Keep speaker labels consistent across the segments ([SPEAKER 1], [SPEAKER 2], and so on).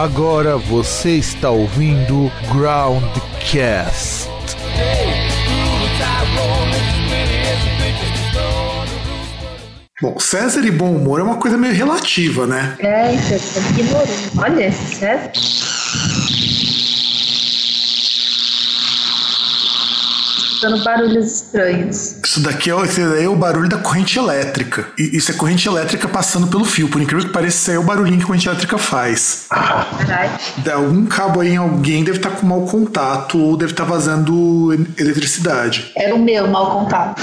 [SPEAKER 1] Agora você está ouvindo Groundcast.
[SPEAKER 2] Bom, César e bom humor é uma coisa meio relativa, né?
[SPEAKER 3] Isso é ignorante. Olha, César. Escutando barulhos estranhos.
[SPEAKER 2] Esse daí é o barulho da corrente elétrica. E isso é corrente elétrica passando pelo fio. Por incrível que pareça, isso aí é o barulhinho que a corrente elétrica faz.
[SPEAKER 3] Caralho.
[SPEAKER 2] Algum cabo aí em alguém deve estar com mau contato ou deve estar vazando eletricidade.
[SPEAKER 3] Era o meu mau contato.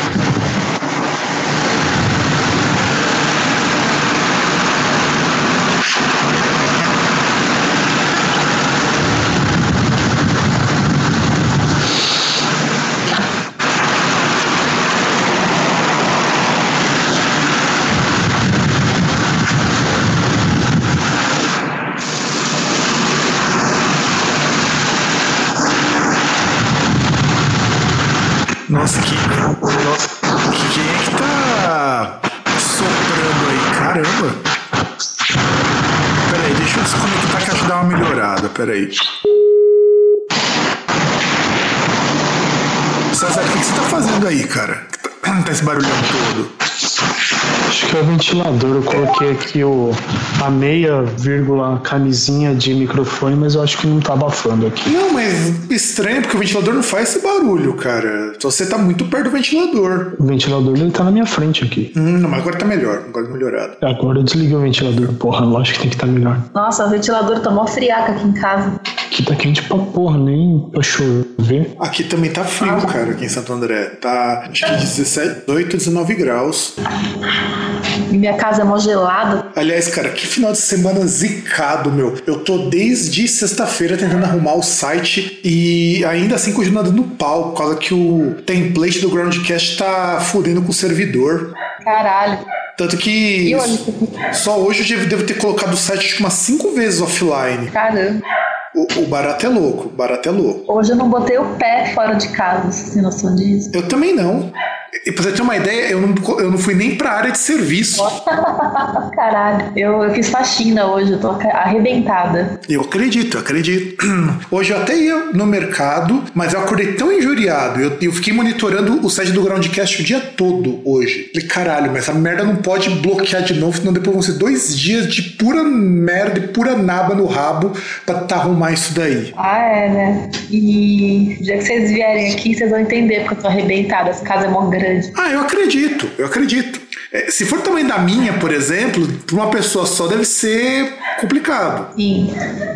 [SPEAKER 2] Nossa, quem é que tá soprando aí? Caramba! Peraí, deixa eu desconectar que acho que dá uma melhorada. Peraí. César, o que você tá fazendo aí, cara? Tá esse barulhão todo?
[SPEAKER 4] Acho que é o ventilador. Eu coloquei aqui a meia vírgula camisinha de microfone, mas eu acho que não tá abafando aqui.
[SPEAKER 2] Não, mas estranho, porque o ventilador não faz esse barulho, cara. Só você tá muito perto do ventilador.
[SPEAKER 4] O ventilador, ele tá na minha frente aqui.
[SPEAKER 2] Não, mas agora tá melhor. Agora tá melhorado.
[SPEAKER 4] Agora eu desliguei o ventilador. Porra, lógico que tem que estar melhor.
[SPEAKER 3] Nossa, o ventilador tá mó friaca aqui em casa.
[SPEAKER 4] Aqui tá quente pra porra, nem pra chover.
[SPEAKER 2] Aqui também tá frio, cara, aqui em Santo André. Tá, acho que 17, 18, 19 graus.
[SPEAKER 3] E minha casa é mó gelada.
[SPEAKER 2] Aliás, cara, que final de semana zicado, meu. Eu tô desde sexta-feira tentando arrumar o site e ainda assim continua dando pau, por causa que o template do Groundcast tá fudendo com o servidor.
[SPEAKER 3] Caralho.
[SPEAKER 2] Tanto que só hoje eu devo ter colocado o site acho que umas 5 vezes offline.
[SPEAKER 3] Caramba.
[SPEAKER 2] O barato é louco,
[SPEAKER 3] Hoje eu não botei o pé fora de casa, você tem noção disso?
[SPEAKER 2] Eu também não. E pra você ter uma ideia, eu não fui nem pra área de serviço.
[SPEAKER 3] Caralho, eu fiz faxina hoje, eu tô arrebentada.
[SPEAKER 2] Eu acredito. Hoje eu até ia no mercado, mas eu acordei tão injuriado. Eu fiquei monitorando o site do Groundcast o dia todo hoje. Falei, caralho, mas essa merda não pode bloquear de novo, senão depois vão ser 2 dias de pura merda e pura naba no rabo pra arrumar isso daí.
[SPEAKER 3] É, né? E o dia que vocês vierem aqui, vocês vão entender porque eu tô arrebentada. Essa casa é mó grande.
[SPEAKER 2] Eu acredito. Se for o tamanho da minha, por exemplo, para uma pessoa só deve ser complicado.
[SPEAKER 3] Sim,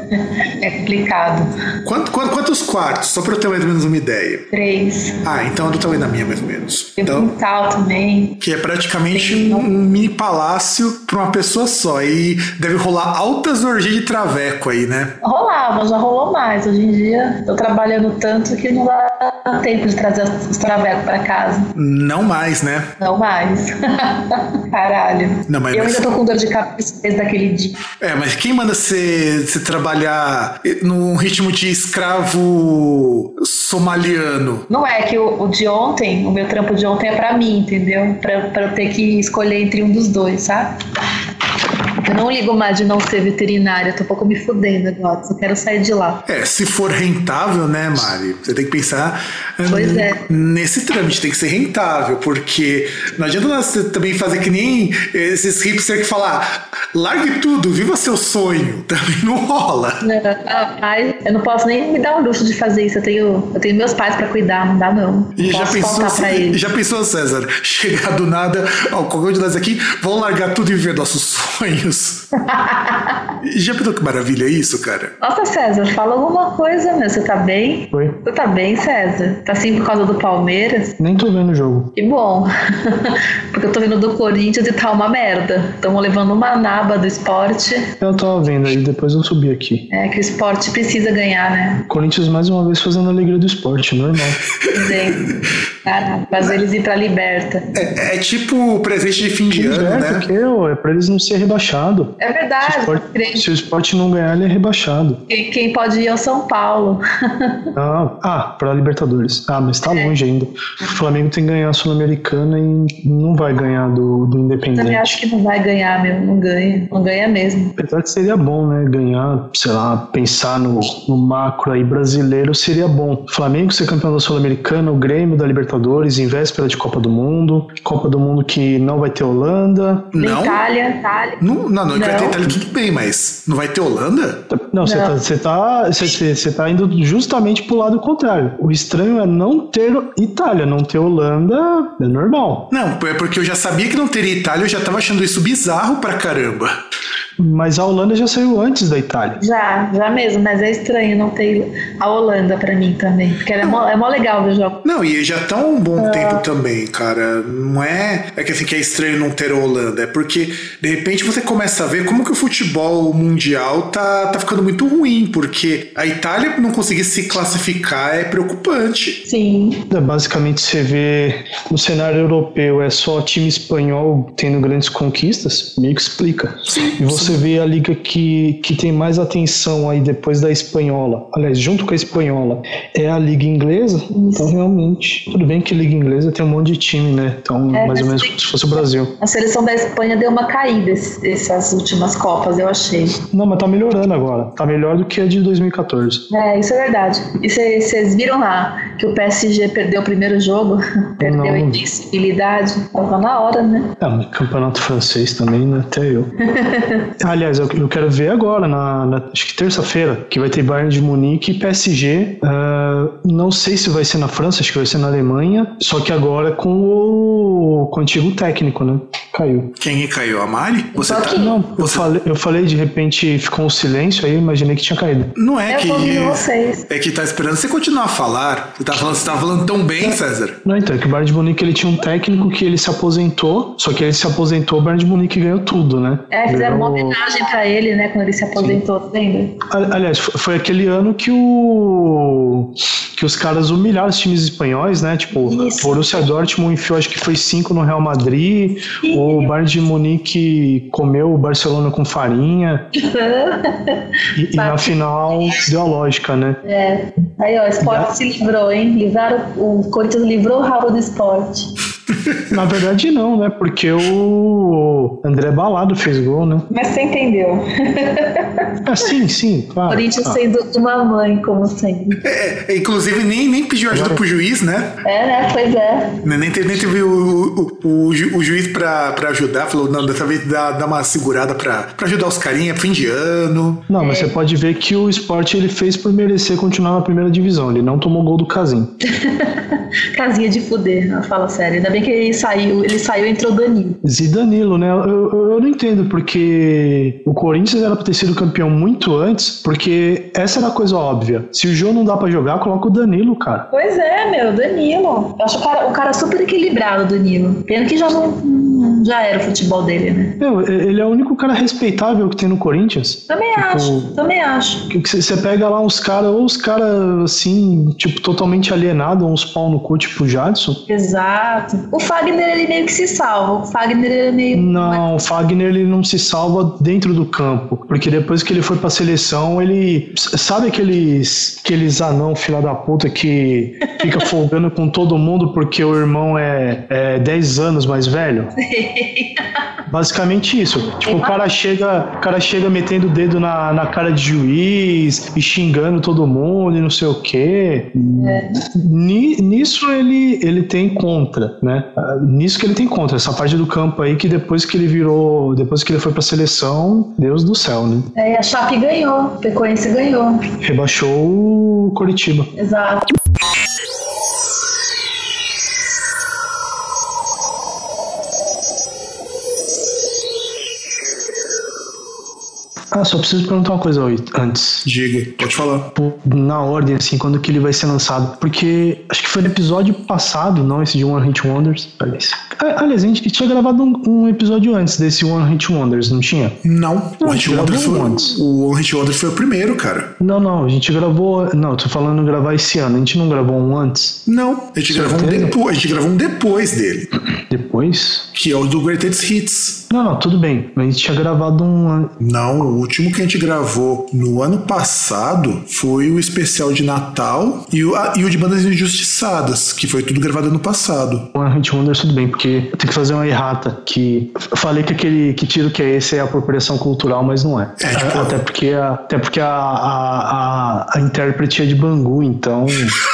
[SPEAKER 3] é complicado.
[SPEAKER 2] Quantos quartos? Só para eu ter mais ou menos uma ideia.
[SPEAKER 3] 3.
[SPEAKER 2] Então é do tamanho da minha, mais ou menos.
[SPEAKER 3] Tem quintal também.
[SPEAKER 2] Que é praticamente um mini palácio para uma pessoa só. E deve rolar altas orgias de traveco aí, né?
[SPEAKER 3] Rolava, já rolou mais. Hoje em dia, tô trabalhando tanto que não dá tempo de trazer os travecos para casa.
[SPEAKER 2] Não mais, né?
[SPEAKER 3] Não mais. Caralho.
[SPEAKER 2] Não, mas
[SPEAKER 3] eu ainda tô com dor de cabeça desde aquele dia.
[SPEAKER 2] Mas quem manda você trabalhar num ritmo de escravo somaliano?
[SPEAKER 3] Não é que o de ontem, o meu trampo de ontem é pra mim, entendeu? Pra eu ter que escolher entre um dos dois, sabe? Eu não ligo mais de não ser veterinária, tô um pouco me fudendo agora, só quero sair de lá.
[SPEAKER 2] Se for rentável, né, Mari? Você tem que pensar nesse trâmite, tem que ser rentável, porque não adianta você também fazer que nem esses hipsters que falam, largue tudo, viva seu sonho. Também não rola.
[SPEAKER 3] Eu não posso nem me dar o luxo de fazer isso, eu tenho meus pais pra cuidar, não dá não.
[SPEAKER 2] E já pensou, César, chegar do nada, qualquer um de nós aqui, vamos largar tudo e viver nossos sonhos. Já pensou que maravilha é isso, cara?
[SPEAKER 3] Nossa, César, fala alguma coisa, meu. Você tá bem?
[SPEAKER 4] Oi.
[SPEAKER 3] Você tá bem, César? Tá assim por causa do Palmeiras?
[SPEAKER 4] Nem tô vendo o jogo.
[SPEAKER 3] Que bom. Porque eu tô vendo do Corinthians e tá uma merda. Estamos levando uma naba do esporte.
[SPEAKER 4] Eu tava vendo aí, depois eu subi aqui.
[SPEAKER 3] Que o esporte precisa ganhar, né?
[SPEAKER 4] Corinthians mais uma vez fazendo a alegria do esporte, normal.
[SPEAKER 3] Sim. Caraca, fazer eles ir pra Liberta.
[SPEAKER 2] É tipo presente de fim de ano, né?
[SPEAKER 4] É pra eles não ser rebaixados.
[SPEAKER 3] É verdade.
[SPEAKER 4] Se o Sport não ganhar, ele é rebaixado.
[SPEAKER 3] Quem pode ir é o São Paulo.
[SPEAKER 4] Pra Libertadores. Mas tá longe ainda. O Flamengo tem que ganhar a Sul-Americana e não vai ganhar do Independente.
[SPEAKER 3] Também acho que não vai ganhar, meu. Não ganha. Não ganha mesmo.
[SPEAKER 4] Apesar que seria bom, né? Ganhar, sei lá, pensar no macro aí brasileiro seria bom. O Flamengo ser campeão da Sul-Americana, o Grêmio da Libertadores, em véspera de Copa do Mundo que não vai ter Holanda.
[SPEAKER 2] Não?
[SPEAKER 3] Itália.
[SPEAKER 2] Não, que vai ter Itália tudo bem, mas não vai ter Holanda?
[SPEAKER 4] Não, você tá indo justamente pro lado contrário. O estranho é não ter Itália, não ter Holanda é normal.
[SPEAKER 2] Não, é porque eu já sabia que não teria Itália, eu já tava achando isso bizarro pra caramba.
[SPEAKER 4] Mas a Holanda já saiu antes da Itália.
[SPEAKER 3] Já mesmo, mas é estranho não ter a Holanda pra mim também, porque é mó legal ver o jogo.
[SPEAKER 2] Não, e já tá um bom tempo também, cara. Não é que assim que é estranho não ter a Holanda, é porque de repente você começa a ver como que o futebol mundial tá ficando muito ruim, porque a Itália não conseguir se classificar é preocupante.
[SPEAKER 3] Sim.
[SPEAKER 4] Basicamente você vê no cenário europeu é só time espanhol tendo grandes conquistas, meio que explica.
[SPEAKER 2] Sim.
[SPEAKER 4] E você vê a liga que tem mais atenção aí depois da espanhola, aliás, junto com a espanhola, é a liga inglesa. Isso. Então realmente, tudo bem que a liga inglesa tem um monte de time, né? Então mais ou menos como se fosse o Brasil.
[SPEAKER 3] A seleção da Espanha deu uma caída essas últimas Copas, eu achei.
[SPEAKER 4] Não, mas tá melhorando agora, tá melhor do que a de 2014.
[SPEAKER 3] Isso é verdade. E vocês viram lá que o PSG perdeu o primeiro jogo? Perdeu a invencibilidade. Tava na hora, né?
[SPEAKER 4] Campeonato francês também, né? Até eu. Aliás, eu quero ver agora, acho que terça-feira, que vai ter Bayern de Munique e PSG. Não sei se vai ser na França, acho que vai ser na Alemanha, só que agora com o antigo técnico, né? Caiu.
[SPEAKER 2] Quem caiu? A Mari? Você tá?
[SPEAKER 4] Não, eu falei, de repente ficou um silêncio, aí eu imaginei que tinha caído.
[SPEAKER 2] Não é que...
[SPEAKER 3] vocês.
[SPEAKER 2] É que tá esperando você continuar a falar. Você tava falando tão bem, César.
[SPEAKER 4] Não, então, é que o Bayern de Munique ele tinha um técnico que ele se aposentou, só que ele se aposentou, o Bayern de Munique ganhou tudo, né?
[SPEAKER 3] Fizeram uma homenagem pra ele, né, quando ele se aposentou, lembra?
[SPEAKER 4] Aliás, foi aquele ano que os caras humilharam os times espanhóis, né? Tipo, o Borussia Dortmund enfiou, acho que foi 5 no Real Madrid, o Bayern de Munique comeu o Barcelona com farinha, e na final deu a lógica, né?
[SPEAKER 3] Aí, ó, o Sport se livrou, hein? O Corinthians livrou o rabo do Sport.
[SPEAKER 4] Na verdade não, né? Porque o André Balado fez gol, né?
[SPEAKER 3] Mas você entendeu.
[SPEAKER 4] Sim, claro.
[SPEAKER 3] Corinthians sendo uma mãe, como sempre.
[SPEAKER 2] Inclusive nem pediu ajuda pro juiz, né?
[SPEAKER 3] Né? Pois é.
[SPEAKER 2] Nem teve o juiz pra ajudar, falou, não, dessa vez dá uma segurada pra ajudar os carinha, fim de ano.
[SPEAKER 4] Não, mas você pode ver que o Sport ele fez por merecer continuar na primeira divisão, ele não tomou gol do Casim.
[SPEAKER 3] Casinha de fuder, não, fala sério. Ainda bem que ele saiu e entrou Danilo.
[SPEAKER 4] Zidanilo, né? Eu não entendo, porque o Corinthians era pra ter sido campeão muito antes, porque essa era a coisa óbvia. Se o Jô não dá pra jogar, coloca o Danilo, cara.
[SPEAKER 3] Pois é, meu, Danilo. Eu acho o cara super equilibrado, Danilo. Pena que já era o futebol dele, né?
[SPEAKER 4] Ele é o único cara respeitável que tem no Corinthians.
[SPEAKER 3] Também acho.
[SPEAKER 4] Que você pega lá uns caras, assim, tipo, totalmente alienados, uns pau no cu, tipo o Jadson.
[SPEAKER 3] Exato. O Fagner, ele meio que se salva. O Fagner, ele é meio...
[SPEAKER 4] Não, o Fagner, ele não se salva dentro do campo. Porque depois que ele foi pra seleção, ele... Sabe aqueles anão filha da puta que fica folgando com todo mundo porque o irmão é 10 anos mais velho? Basicamente isso. Tipo, o cara chega metendo o dedo na cara de juiz e xingando todo mundo e não sei o quê. Nisso ele tem contra, né? Nisso que ele tem contra. Essa parte do campo aí que depois que ele foi pra seleção, Deus do céu, né?
[SPEAKER 3] A Chape ganhou. O Pecoense ganhou.
[SPEAKER 4] Rebaixou o Coritiba.
[SPEAKER 3] Exato.
[SPEAKER 4] Só preciso perguntar uma coisa antes.
[SPEAKER 2] Diga, pode falar.
[SPEAKER 4] Na ordem, assim, quando que ele vai ser lançado? Porque acho que foi no episódio passado, não esse de One Hit Wonders. Aliás, a gente tinha gravado um episódio antes desse One Hit Wonders, não tinha?
[SPEAKER 2] Não, o One Hit Wonders foi o primeiro, cara.
[SPEAKER 4] Não, a gente gravou... Não, eu tô falando gravar esse ano. A gente não gravou um antes?
[SPEAKER 2] Não, a gente gravou um depois dele.
[SPEAKER 4] Depois?
[SPEAKER 2] Que é o do Greatest Hits.
[SPEAKER 4] Não, tudo bem. Mas a gente tinha gravado um...
[SPEAKER 2] Não, o último que a gente gravou no ano passado foi o especial de Natal e o de Bandas Injustiçadas, que foi tudo gravado ano passado.
[SPEAKER 4] One Hit Wonders, tudo bem, porque eu tenho que fazer uma errata, que eu falei que que tiro que é esse é a apropriação cultural, mas não é. Até porque a intérprete é de Bangu, então...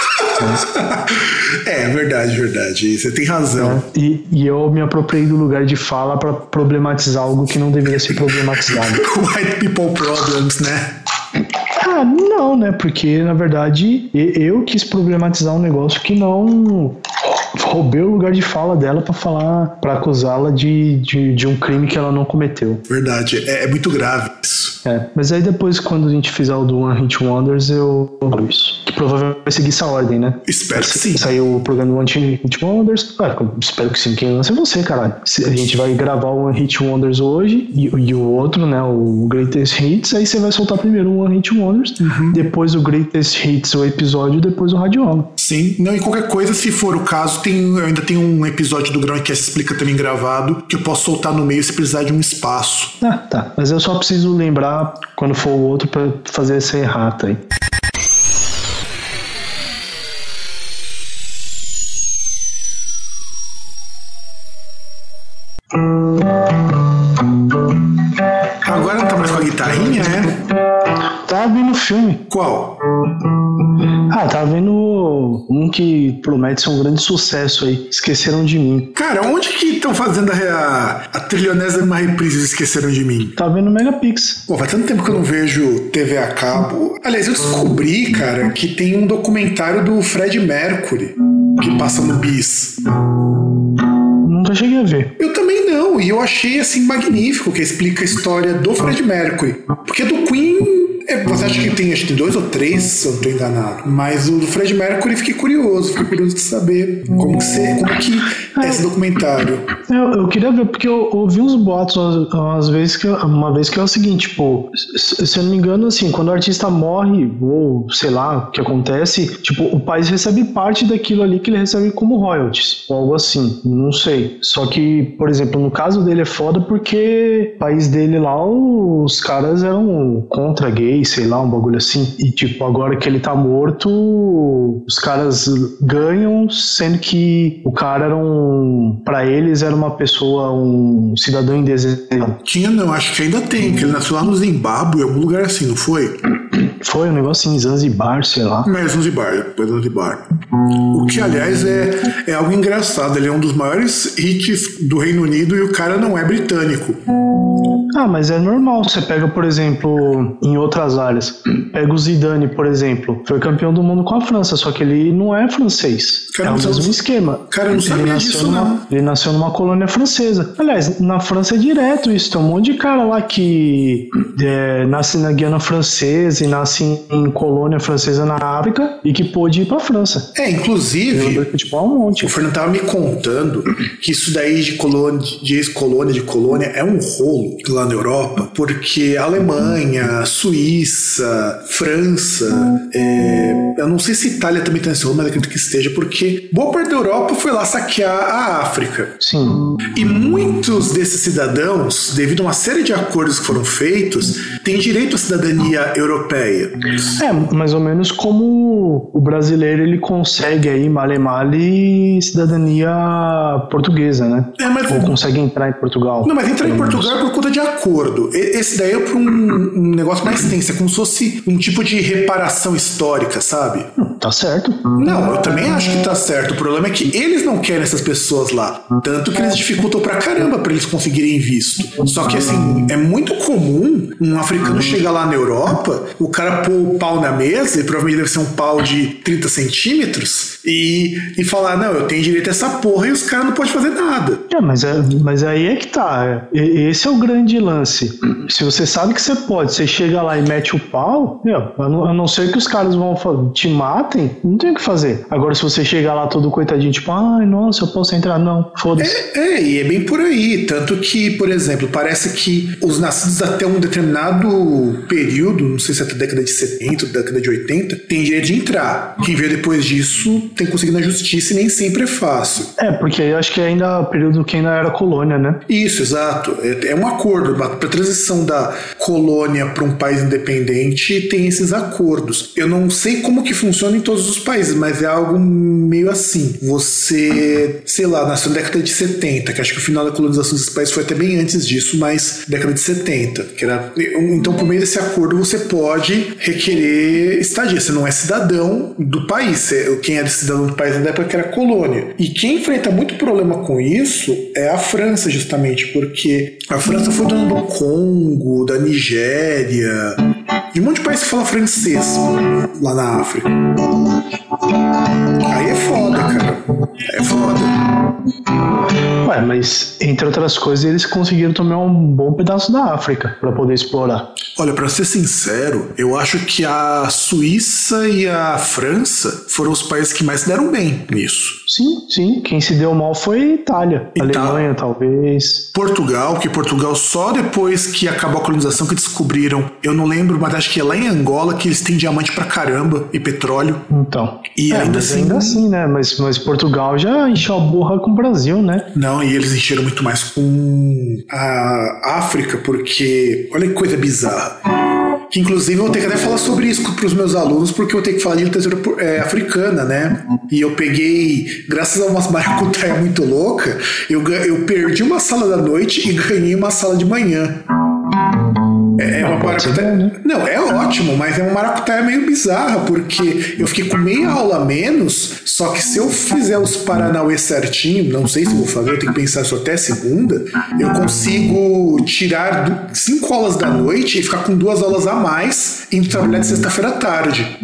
[SPEAKER 2] É verdade. Você tem razão.
[SPEAKER 4] E eu me apropriei do lugar de fala pra problematizar algo que não deveria ser problematizado.
[SPEAKER 2] White people problems, né?
[SPEAKER 4] Não, né? Porque, na verdade, eu quis problematizar um negócio que não... Roubei o lugar de fala dela pra acusá-la de um crime que ela não cometeu.
[SPEAKER 2] Verdade, é muito grave isso.
[SPEAKER 4] Mas aí depois, quando a gente fizer o do One Hit Wonders, eu falo isso. Que provavelmente vai seguir essa ordem, né?
[SPEAKER 2] Espero que sim.
[SPEAKER 4] Saiu o programa do One Hit Wonders. Espero que sim. Quem lança é você, caralho. A gente vai gravar o One Hit Wonders hoje e o outro, né? O Greatest Hits. Aí você vai soltar primeiro o One Hit Wonders, depois o Greatest Hits, o episódio, depois o Radiola.
[SPEAKER 2] Sim. Não, e qualquer coisa, se for o caso, eu ainda tenho um episódio do Groundcast Explica também gravado, que eu posso soltar no meio se precisar de um espaço.
[SPEAKER 4] Tá. Mas eu só preciso lembrar quando for o outro pra fazer essa errata aí.
[SPEAKER 2] Agora não tá mais com a guitarrinha, né?
[SPEAKER 4] Tava vendo o filme.
[SPEAKER 2] Qual?
[SPEAKER 4] Tava vendo um que promete ser um grande sucesso aí. Esqueceram de Mim.
[SPEAKER 2] Cara, onde que estão fazendo a trilionésima reprise de Esqueceram de Mim?
[SPEAKER 4] Tava vendo Megapix.
[SPEAKER 2] Faz tanto tempo que eu não vejo TV a cabo. Aliás, eu descobri, cara, que tem um documentário do Fred Mercury que passa no Bis.
[SPEAKER 4] Nunca cheguei a ver.
[SPEAKER 2] Eu também não, e eu achei assim magnífico, que explica a história do Fred Mercury. Porque do Queen, você acha que tem 2 ou 3, se eu não tô enganado. Mas o do Fred Mercury fiquei curioso de saber como que é esse documentário.
[SPEAKER 4] Eu queria ver, porque eu ouvi uns boatos uma vez que é o seguinte, tipo, se eu não me engano, assim, quando o artista morre, ou sei lá, o que acontece, tipo, o país recebe parte daquilo ali que ele recebe como royalties, ou algo assim, não sei. Só que, por exemplo, no caso dele é foda porque o país dele lá, os caras eram contra gay, sei lá, um bagulho assim. E tipo, agora que ele tá morto, os caras ganham, sendo que o cara pra eles era uma pessoa, um cidadão indesejado.
[SPEAKER 2] Tinha não, acho que ainda tem, que ele nasceu lá no Zimbábue, em algum lugar assim, não foi?
[SPEAKER 4] Foi um negócio em Zanzibar, sei lá.
[SPEAKER 2] Mas Zanzibar. O que, aliás, é algo engraçado. Ele é um dos maiores hits do Reino Unido e o cara não é britânico.
[SPEAKER 4] Mas é normal. Você pega, por exemplo, em outras áreas. Pega o Zidane, por exemplo. Foi campeão do mundo com a França, só que ele não é francês. É o mesmo esquema.
[SPEAKER 2] Cara, eu não sabia disso, não.
[SPEAKER 4] Ele nasceu numa colônia francesa. Aliás, na França é direto isso. Tem um monte de cara lá que nasce na Guiana Francesa e nasce em colônia francesa na África e que pôde ir pra França.
[SPEAKER 2] Inclusive,
[SPEAKER 4] o
[SPEAKER 2] Fernando tava me contando que isso daí de ex-colônia, de colônia, é um rolo lá na Europa, porque Alemanha, Suíça, França, eu não sei se Itália também tem esse rolo, mas acredito que esteja, porque boa parte da Europa foi lá saquear a África.
[SPEAKER 4] Sim.
[SPEAKER 2] E muitos desses cidadãos, devido a uma série de acordos que foram feitos, têm direito à cidadania europeia.
[SPEAKER 4] Mais ou menos como o brasileiro ele consegue aí, male cidadania portuguesa, né? Ou consegue entrar em Portugal.
[SPEAKER 2] Não, mas entrar em Portugal é por conta de acordo. Esse daí é por um negócio mais tenso, é como se fosse um tipo de reparação histórica, sabe?
[SPEAKER 4] Tá certo.
[SPEAKER 2] Não, eu também acho que tá certo. O problema é que eles não querem essas pessoas lá. Tanto que eles dificultam pra caramba pra eles conseguirem visto. Só que, assim, é muito comum um africano chegar lá na Europa, o cara cara pôr o pau na mesa, e provavelmente deve ser um pau de 30 centímetros, e falar, não, eu tenho direito a essa porra, e os caras não podem fazer nada.
[SPEAKER 4] Mas aí é que tá. Esse é o grande lance. Se você sabe que você pode, você chega lá e mete o pau, a não ser que os caras te matem, não tem o que fazer. Agora, se você chegar lá todo coitadinho, tipo, ai, nossa, eu posso entrar? Não, foda-se.
[SPEAKER 2] E é bem por aí. Tanto que, por exemplo, parece que os nascidos até um determinado período, não sei se é até a década de 70, década de 80, tem direito de entrar. Quem veio depois disso tem que conseguir na justiça e nem sempre é fácil.
[SPEAKER 4] Porque eu acho que ainda o período que ainda era colônia, né?
[SPEAKER 2] Isso, exato. É um acordo. Para a transição da colônia para um país independente, tem esses acordos. Eu não sei como que funciona em todos os países, mas é algo meio assim. Você, sei lá, nasceu na década de 70, que acho que o final da colonização desses países foi até bem antes disso, mas década de 70. Então, por meio desse acordo, você pode requerer estadia. Você não é cidadão do país. Quem era cidadão do país na época que era colônia. E quem enfrenta muito problema com isso é a França, justamente, porque a França foi dona do Congo, da Nigéria, de um monte de país que fala francês lá na África. Aí é foda, cara. É foda.
[SPEAKER 4] Mas entre outras coisas, eles conseguiram tomar um bom pedaço da África para poder explorar.
[SPEAKER 2] Olha, pra ser sincero, eu acho que a Suíça e a França foram os países que mais se deram bem nisso.
[SPEAKER 4] Sim. Quem se deu mal foi a Itália. Alemanha, talvez.
[SPEAKER 2] Portugal, que Portugal só depois que acabou a colonização que descobriram, eu não lembro, mas acho que é lá em Angola que eles têm diamante pra caramba e petróleo.
[SPEAKER 4] Então.
[SPEAKER 2] E ainda assim,
[SPEAKER 4] né? Mas Portugal já encheu a burra com o Brasil, né?
[SPEAKER 2] Não, e eles encheram muito mais com a África, porque olha que coisa bizarra. Que inclusive eu vou ter que até falar sobre isso para os meus alunos, porque eu vou ter que falar de literatura africana, né? E eu peguei, graças a uma maracutaia muito louca, eu perdi uma sala da noite e ganhei uma sala de manhã. É uma maracutaia. Né? Não, é ótimo, mas é uma maracutaia meio bizarra, porque eu fiquei com meia aula a menos, só que se eu fizer os Paranauê certinho, não sei se vou fazer, eu tenho que pensar isso até segunda, eu consigo tirar 5 aulas da noite e ficar com 2 aulas a mais indo trabalhar de sexta-feira à tarde.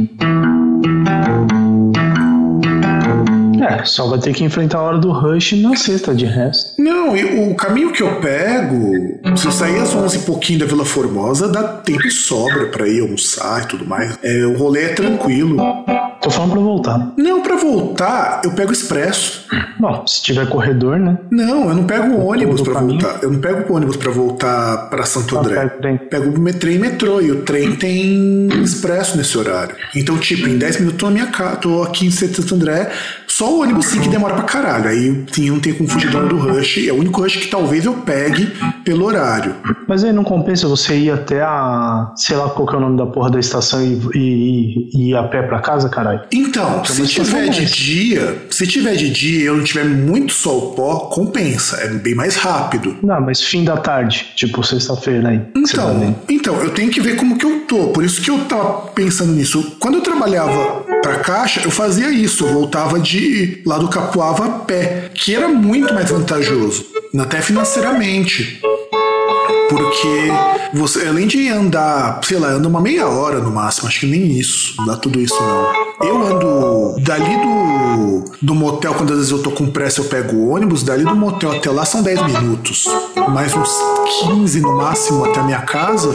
[SPEAKER 4] Só vai ter que enfrentar a hora do rush na sexta, de resto.
[SPEAKER 2] Não, e o caminho que eu pego, se eu sair às 11 e pouquinho da Vila Formosa, dá tempo e sobra pra ir almoçar e tudo mais. O rolê é tranquilo.
[SPEAKER 4] Tô falando pra voltar.
[SPEAKER 2] Não, pra voltar, eu pego expresso.
[SPEAKER 4] Bom, se tiver corredor, né?
[SPEAKER 2] Não, eu não pego ônibus pra voltar. Eu não pego ônibus pra voltar pra Santo André. Pego trem e metrô, e o trem tem expresso nesse horário. Então, tipo, em 10 minutos tô na minha casa, tô aqui em Santo André, só o ônibus sim que demora pra caralho. Aí sim, não tem como fugir do rush. É o único rush que talvez eu pegue pelo horário.
[SPEAKER 4] Mas aí não compensa você ir até sei lá qual que é o nome da porra da estação e ir a pé pra casa, caralho?
[SPEAKER 2] Então, se tiver de dia e eu não tiver muito sol pó, compensa. É bem mais rápido.
[SPEAKER 4] Não, mas fim da tarde, tipo sexta-feira aí.
[SPEAKER 2] Então, eu tenho que ver como que eu tô. Por isso que eu tava pensando nisso. Quando eu trabalhava pra Caixa, eu fazia isso. Eu voltava de lá do Capuava a pé, que era muito mais vantajoso, até financeiramente. Porque você, além de andar, sei lá, anda uma meia hora no máximo, acho que nem isso, não dá tudo isso não. Eu ando dali do motel, quando às vezes eu tô com pressa eu pego o ônibus, dali do motel até lá são 10 minutos, mais uns 15 no máximo até a minha casa.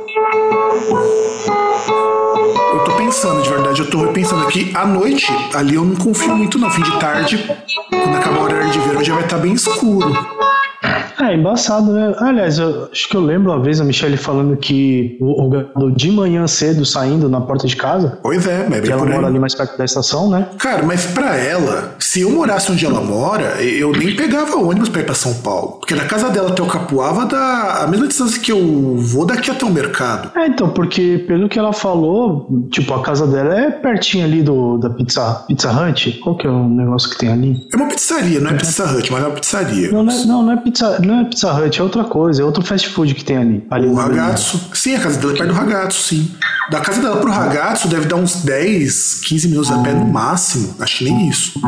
[SPEAKER 2] Eu tô pensando, de verdade, eu tô repensando aqui, à noite, ali eu não confio muito não, fim de tarde, quando acabar o horário de verão já vai estar bem escuro.
[SPEAKER 4] É embaçado, né? Aliás, eu acho que eu lembro uma vez a Michelle falando que o gado de manhã cedo saindo na porta de casa.
[SPEAKER 2] Pois é, mas
[SPEAKER 4] que ela mora ali mais perto da estação, né?
[SPEAKER 2] Cara, mas pra ela, se eu morasse onde ela mora, eu nem pegava ônibus pra ir pra São Paulo. Porque da casa dela até o Capuava dá a mesma distância que eu vou daqui até o mercado.
[SPEAKER 4] Então, porque pelo que ela falou, tipo, a casa dela é pertinho ali da Pizza Hut. Qual que é o negócio que tem ali?
[SPEAKER 2] É uma pizzaria, não é Pizza Hut, mas é uma pizzaria.
[SPEAKER 4] Não é Pizza Hut, é outra coisa, é outro fast food que tem ali.
[SPEAKER 2] O Ragazzo. Sim, a casa dela é perto do Ragazzo, sim. Da casa dela pro Ragazzo deve dar uns 10, 15 minutos a pé no máximo. Acho que nem isso.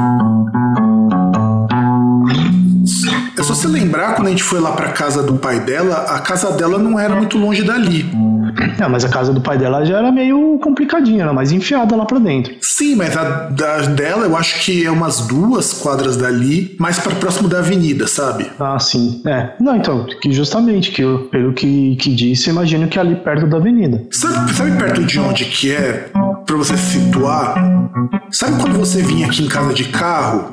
[SPEAKER 2] É só você lembrar quando a gente foi lá pra casa do pai dela, a casa dela não era muito longe dali.
[SPEAKER 4] Mas a casa do pai dela já era meio complicadinha, era mais enfiada lá pra dentro.
[SPEAKER 2] Sim, mas a dela eu acho que é umas 2 quadras dali, mais para próximo da avenida, sabe?
[SPEAKER 4] Ah, sim. Não, então, que justamente, pelo que disse, imagino que é ali perto da avenida.
[SPEAKER 2] Sabe perto de onde que é? Pra você se situar? Sabe quando você vinha aqui em casa de carro?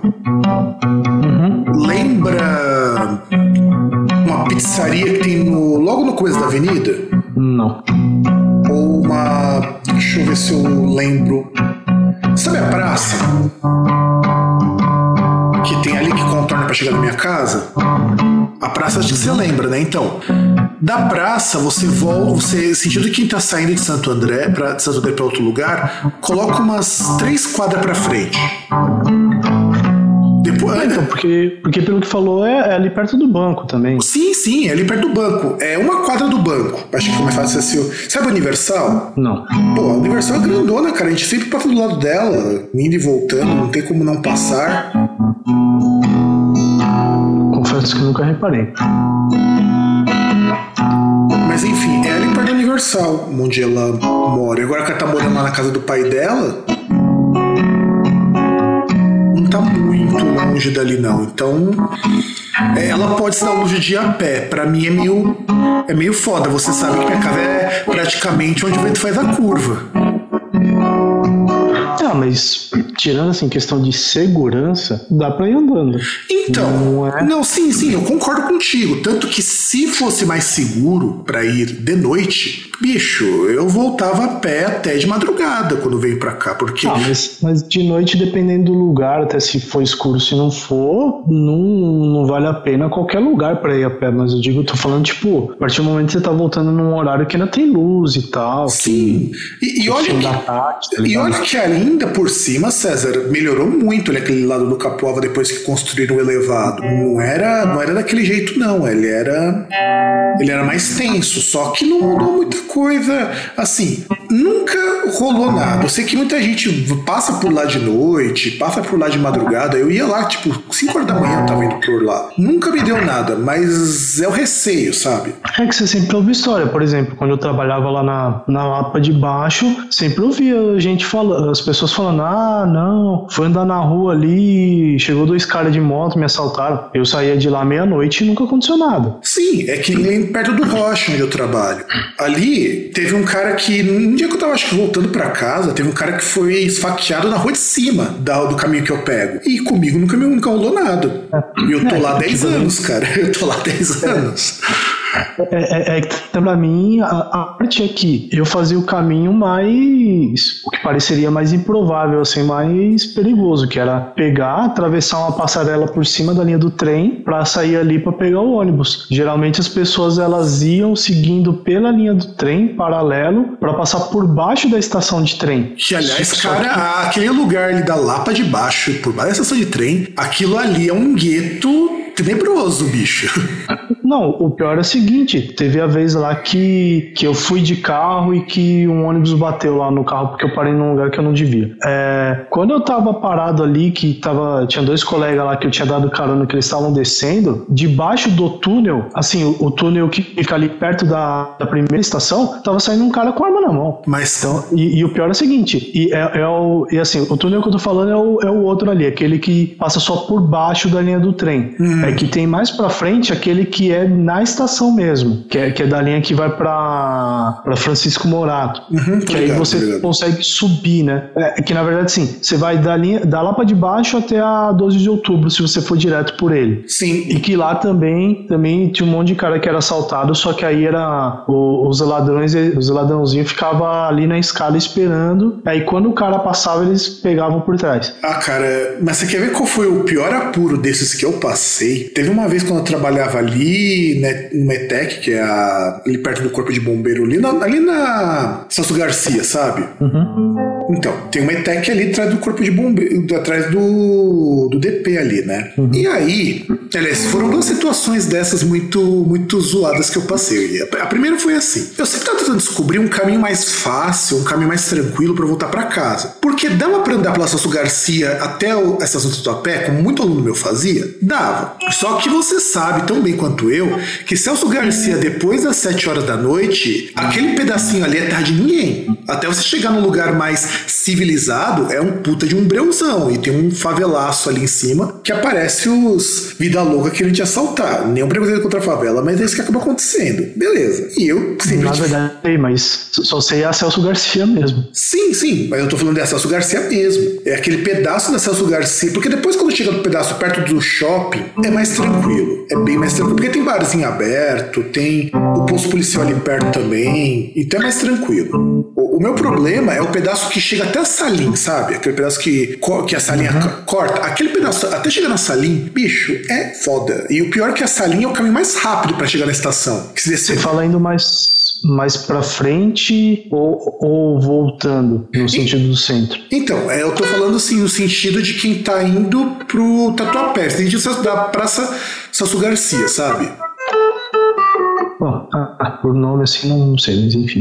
[SPEAKER 2] Lembra uma pizzaria que tem logo no começo da avenida?
[SPEAKER 4] Não.
[SPEAKER 2] Ou uma... Deixa eu ver se eu lembro. Sabe a praça? Que tem ali que contorna pra chegar na minha casa? A praça, acho que você lembra, né? Então, da praça você volta, sentido quem tá saindo de Santo André pra outro lugar, coloca umas 3 quadras pra frente. Depois,
[SPEAKER 4] então, porque pelo que falou é ali perto do banco também.
[SPEAKER 2] Sim, é ali perto do banco. É uma quadra do banco. Acho que é mais fácil assim. Sabe a Universal?
[SPEAKER 4] Não.
[SPEAKER 2] Pô, a Universal é grandona, cara. A gente sempre passa do lado dela, indo e voltando, não tem como não passar.
[SPEAKER 4] Confesso que nunca reparei.
[SPEAKER 2] Mas enfim, é ali perto da Universal, onde ela mora. Agora que ela tá morando lá na casa do pai dela, não tá muito longe dali não. Então, ela pode se dar longe de ir a pé. Pra mim é meio foda. Você sabe que minha casa é praticamente onde o vento faz a curva.
[SPEAKER 4] Mas tirando assim questão de segurança, dá pra ir andando.
[SPEAKER 2] Então, não, sim, eu concordo contigo. Tanto que se fosse mais seguro pra ir de noite, bicho, eu voltava a pé até de madrugada quando veio pra cá, porque...
[SPEAKER 4] mas de noite, dependendo do lugar, até se for escuro, se não for, não vale a pena qualquer lugar pra ir a pé. Mas eu tô falando, tipo, a partir do momento que você tá voltando num horário que ainda tem luz e tal.
[SPEAKER 2] Sim, e olha que ainda por cima, César, melhorou muito aquele lado do Capoava depois que construíram o elevado. Não era daquele jeito, não. Ele era mais tenso, só que não mudou muita coisa. Assim, nunca rolou nada. Eu sei que muita gente passa por lá de noite, passa por lá de madrugada. Eu ia lá, tipo, 5 horas da manhã eu tava indo por lá. Nunca me deu nada, mas é o receio, sabe?
[SPEAKER 4] É que você sempre ouve história. Por exemplo, quando eu trabalhava lá na Lapa de Baixo, sempre ouvia gente falando, as pessoas falando, não, fui andar na rua ali, chegou 2 caras de moto, me assaltaram. Eu saía de lá meia-noite e nunca aconteceu nada.
[SPEAKER 2] Sim, é que nem perto do Rocha, onde eu trabalho. Ali, teve um cara que, um dia que eu tava, acho que voltando pra casa, teve um cara que foi esfaqueado na rua de cima do caminho que eu pego. E comigo nunca rolou nada. E eu tô lá 10 anos, cara. Eu tô lá 10 anos.
[SPEAKER 4] É que pra mim a parte é que eu fazia o caminho mais, o que pareceria mais improvável, assim, mais perigoso, que era pegar, atravessar uma passarela por cima da linha do trem pra sair ali pra pegar o ônibus. Geralmente as pessoas elas iam seguindo pela linha do trem paralelo pra passar por baixo da estação de trem.
[SPEAKER 2] Que aliás, cara, aquele lugar ali da Lapa de Baixo, por baixo da estação de trem, aquilo ali é um gueto tenebroso, bicho.
[SPEAKER 4] Não, o pior é o seguinte, teve a vez lá que eu fui de carro e que um ônibus bateu lá no carro porque eu parei num lugar que eu não devia. Quando eu tava parado ali, tinha 2 colegas lá que eu tinha dado carona que eles estavam descendo, debaixo do túnel, assim, o túnel que fica ali perto da primeira estação, tava saindo um cara com arma na mão.
[SPEAKER 2] Mas...
[SPEAKER 4] Então, e o pior é o seguinte, e assim, o túnel que eu tô falando é o outro ali, aquele que passa só por baixo da linha do trem. É que tem mais pra frente aquele que é na estação mesmo, que é da linha que vai pra Francisco Morato, que aí você consegue subir, né? Que na verdade, sim, você vai da Lapa de Baixo até a 12 de outubro, se você for direto por ele.
[SPEAKER 2] Sim.
[SPEAKER 4] E que lá também tinha um monte de cara que era assaltado, só que aí era os ladrãozinhos ficavam ali na escada esperando, aí quando o cara passava, eles pegavam por trás.
[SPEAKER 2] Cara, mas você quer ver qual foi o pior apuro desses que eu passei? Teve uma vez quando eu trabalhava ali, né, no Metec, que é ali perto do Corpo de Bombeiro, ali na Celso Garcia, sabe? Então, tem uma Metec ali atrás do Corpo de Bombeiro, atrás do DP ali, né? E aí, aliás, foram 2 situações dessas muito zoadas que eu passei. A primeira foi assim, eu sempre tava tentando descobrir um caminho mais fácil, um caminho mais tranquilo pra voltar pra casa. Porque dava pra andar pela Celso Garcia até a estação do Tatuapé, como muito aluno meu fazia? Dava. Só que você sabe tão bem quanto eu, que Celso Garcia, depois das 7 horas da noite, aquele pedacinho ali é terra de ninguém. Até você chegar num lugar mais civilizado, é um puta de um breuzão. E tem um favelaço ali em cima que aparece os vida louca querendo te assaltar. Nenhum preconceito contra a favela, mas é isso que acaba acontecendo. Beleza. E eu sempre...
[SPEAKER 4] Na verdade, mas só sei a Celso Garcia mesmo.
[SPEAKER 2] Sim, mas eu tô falando da Celso Garcia mesmo. É aquele pedaço da Celso Garcia, porque depois quando chega no pedaço perto do shopping, é mais tranquilo. É bem mais tranquilo, porque tem barzinho aberto, tem o posto policial ali perto também, então é mais tranquilo. O meu problema é o pedaço que chega até a Salim, sabe? Aquele pedaço que a Salim corta. Aquele pedaço, até chegar na Salim, bicho, é foda. E o pior é que a Salim é o caminho mais rápido pra chegar na estação. Que
[SPEAKER 4] você fala indo mais pra frente ou voltando no sentido do centro?
[SPEAKER 2] Então, eu tô falando assim, no sentido de quem tá indo pro Tatuapé, no sentido da Praça Celso Garcia, sabe?
[SPEAKER 4] Bom, por nome assim não sei, mas enfim.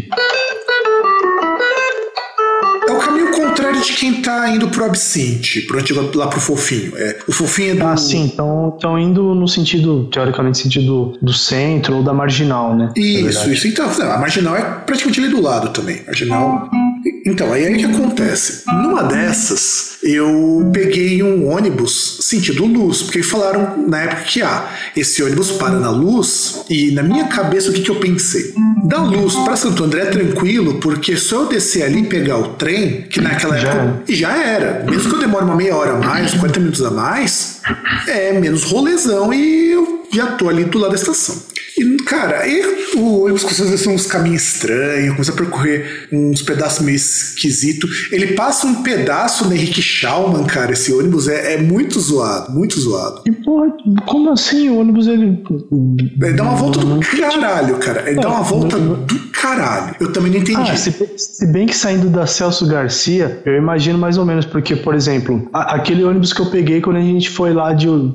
[SPEAKER 2] É o caminho contrário de quem tá indo pro Absinte, lá pro Fofinho. O Fofinho é do...
[SPEAKER 4] Ah, sim, então indo no sentido, teoricamente, sentido do centro ou da Marginal, né?
[SPEAKER 2] Isso. Então, a Marginal é praticamente ali do lado também. Marginal... Então, aí o que acontece? Numa dessas, eu peguei um ônibus sentido Luz, porque falaram na época que esse ônibus para na Luz, e na minha cabeça o que eu pensei? Da Luz para Santo André é tranquilo, porque só eu descer ali e pegar o trem, que naquela época já era. Mesmo que eu demore uma meia hora a mais, 40 minutos a mais, é menos rolezão e eu já tô ali do lado da estação. E, cara, o ônibus começa a ser uns caminhos estranhos, começa a percorrer uns pedaços meio esquisitos. Ele passa um pedaço no Henrique Schaumann, cara. Esse ônibus é muito zoado, muito zoado.
[SPEAKER 4] E, porra, como assim o ônibus, ele
[SPEAKER 2] dá uma volta do caralho, cara. Ele dá uma volta do caralho. Eu também não entendi.
[SPEAKER 4] Se bem que saindo da Celso Garcia, eu imagino mais ou menos, porque, por exemplo, aquele ônibus que eu peguei quando a gente foi lá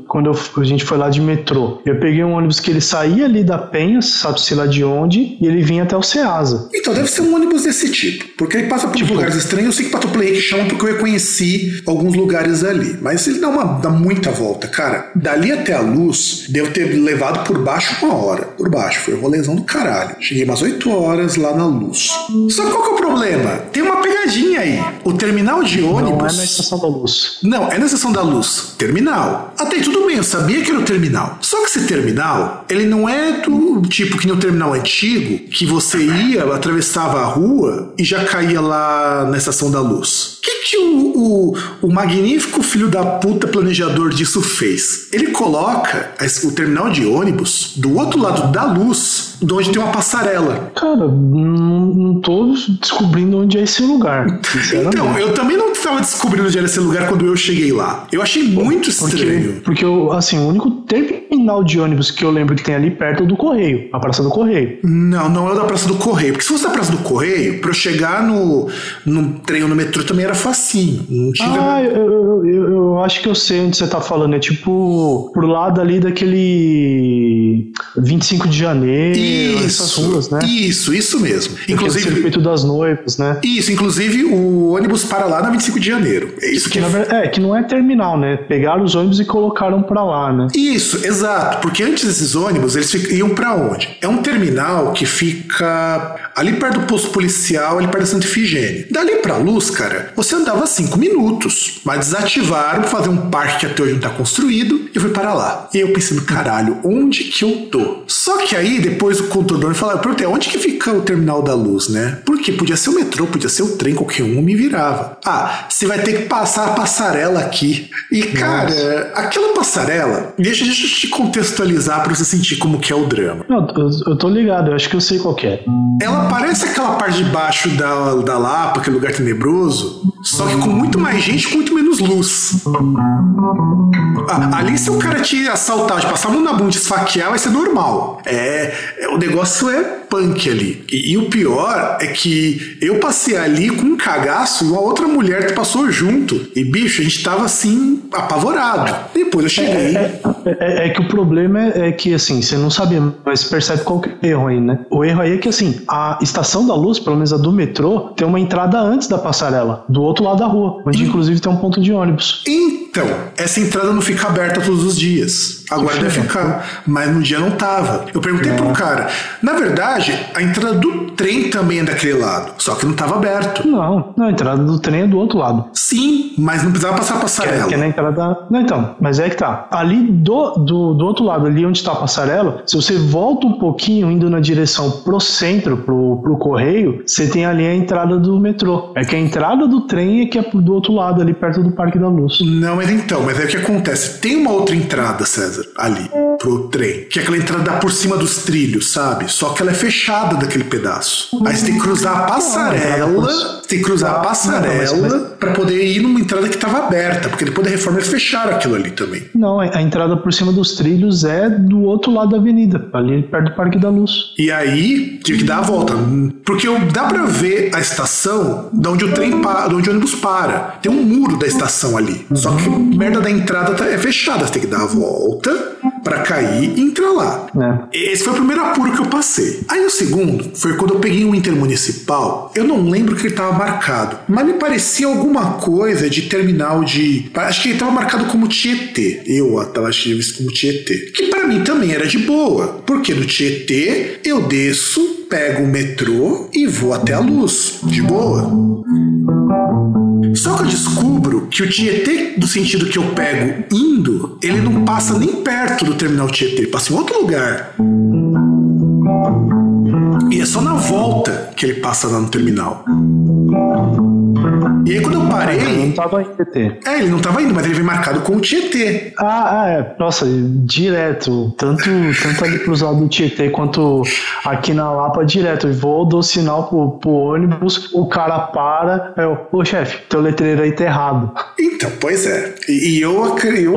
[SPEAKER 4] de metrô, eu peguei um ônibus que ele saía ali da Penha, sabe-se lá de onde, e ele vinha até o Ceasa.
[SPEAKER 2] Então deve ser um ônibus desse tipo, porque ele passa por lugares estranhos. Eu sei que passou por Henrique Schaumann porque eu reconheci alguns lugares ali, mas ele dá muita volta, cara. Dali até a Luz, devo ter levado por baixo 1 hora. Por baixo, foi um rolezão do caralho. Cheguei umas 8 horas lá na Luz. Só que qual que é o problema? Tem uma pegadinha aí. O terminal de ônibus...
[SPEAKER 4] Não é na Estação da Luz.
[SPEAKER 2] Não, é na Estação da Luz. Terminal. Até aí tudo bem, eu sabia que era o terminal. Só que esse terminal, ele não é do tipo que no terminal antigo, que você ia, atravessava a rua e já caía lá na Estação da Luz. O que o magnífico filho da puta planejador disso fez? Ele coloca o terminal de ônibus do outro lado da Luz, de onde tem uma passarela.
[SPEAKER 4] Cara, não tô descobrindo onde é esse lugar.
[SPEAKER 2] Então, eu também não estava descobrindo onde era esse lugar quando eu cheguei lá. Eu achei muito estranho.
[SPEAKER 4] Porque o único terminal de ônibus que eu lembro que tem ali perto é o do Correio, a Praça do Correio.
[SPEAKER 2] Não é o da Praça do Correio. Porque se fosse da Praça do Correio, pra eu chegar no trem ou no metrô também era facinho. Não tinha...
[SPEAKER 4] eu acho que eu sei onde você tá falando. É tipo pro lado ali daquele 25 de janeiro, essas ruas, né?
[SPEAKER 2] Isso mesmo. Inclusive
[SPEAKER 4] o circuito das noivas, né?
[SPEAKER 2] Isso, inclusive o ônibus para lá na 25 de janeiro. É isso
[SPEAKER 4] que não é terminal, né? Pegaram os ônibus e colocaram pra lá, né?
[SPEAKER 2] Isso, exato. Porque antes desses ônibus, eles iam pra onde? É um terminal que fica ali perto do posto policial, ali perto da Santa Ifigênia. Dali pra Luz, cara, você andava 5 minutos. Mas desativaram pra fazer um parque que até hoje não tá construído e eu fui para lá. E eu pensei, caralho, onde que eu tô? Só que aí, depois o controlador falou, eu perguntei, onde que fica o terminal da Luz, né? Porque podia ser o metrô, podia ser o trem, qualquer um me virava. Você vai ter que passar a passarela aqui. E, cara, aquela passarela, deixa eu te contextualizar pra você sentir como que é o drama.
[SPEAKER 4] Não, eu tô ligado, eu acho que eu sei qual que é.
[SPEAKER 2] Ela parece aquela parte de baixo da Lapa, aquele lugar tenebroso, só que com muito mais gente, com muito menos luz. Ali se o cara te assaltar, de passar a mão na bunda e esfaquear, vai ser normal. O negócio é punk ali. E o pior é que eu passei ali com um cagaço e uma outra mulher que passou junto. E, bicho, a gente tava assim, apavorado. Depois eu cheguei.
[SPEAKER 4] É que o problema é que, assim, você não sabe, mas percebe qual que é o erro aí, né? O erro aí é que, assim, a Estação da Luz, pelo menos a do metrô, tem uma entrada antes da passarela, do outro lado da rua, onde inclusive tem um ponto de ônibus.
[SPEAKER 2] Então, essa entrada não fica aberta todos os dias. Agora deve ficar. Mas no dia não tava. Eu perguntei pro cara. Na verdade, a entrada do trem também é daquele lado. Só que não tava aberto.
[SPEAKER 4] Não, a entrada do trem é do outro lado.
[SPEAKER 2] Sim, mas não precisava passar a passarela.
[SPEAKER 4] Que é na entrada. Não, então, mas é que tá. Ali do outro lado, ali onde tá a passarela, se você volta um pouquinho indo na direção pro centro, pro correio, você tem ali a entrada do metrô. É que a entrada do trem é que é do outro lado, ali perto do Parque da Luz.
[SPEAKER 2] Não, mas então, mas é o que acontece. Tem uma outra entrada, César, ali, pro trem. Que é aquela entrada dá por cima dos trilhos, sabe? Só que ela é fechada daquele pedaço. Aí você tem que cruzar a passarela, pra poder ir numa entrada que tava aberta, porque depois da reforma eles fecharam aquilo ali também.
[SPEAKER 4] Não, a entrada por cima dos trilhos é do outro lado da avenida, ali perto do Parque da Luz.
[SPEAKER 2] E aí, tive que dar a volta. Porque dá pra ver a estação de onde o trem para, de onde o ônibus para. Tem um muro da estação ali. Só que a merda da entrada é fechada. Você tem que dar a volta pra cair e entrar lá. Esse foi o primeiro apuro que eu passei. Aí o segundo foi quando eu peguei um intermunicipal. Eu não lembro que ele tava marcado, mas me parecia alguma coisa de terminal de... Acho que ele tava marcado como Tietê. Eu tava visto como Tietê. Que pra mim também era de boa. Porque do Tietê eu desço, pego o metrô e vou até a Luz. De boa. Só que eu descubro que o Tietê, do sentido que eu pego indo, ele não passa nem perto do terminal Tietê, ele passa em outro lugar. E é só na volta que ele passa lá no terminal. E aí quando eu parei...
[SPEAKER 4] Ele não tava indo, Tietê.
[SPEAKER 2] Ele não tava indo, mas ele veio marcado com o Tietê.
[SPEAKER 4] Nossa, direto. Tanto ali pros lados do Tietê quanto aqui na Lapa, direto. Eu vou, dou sinal pro ônibus, o cara para, ô chefe, teu letreiro aí tá errado.
[SPEAKER 2] Então, pois é. E eu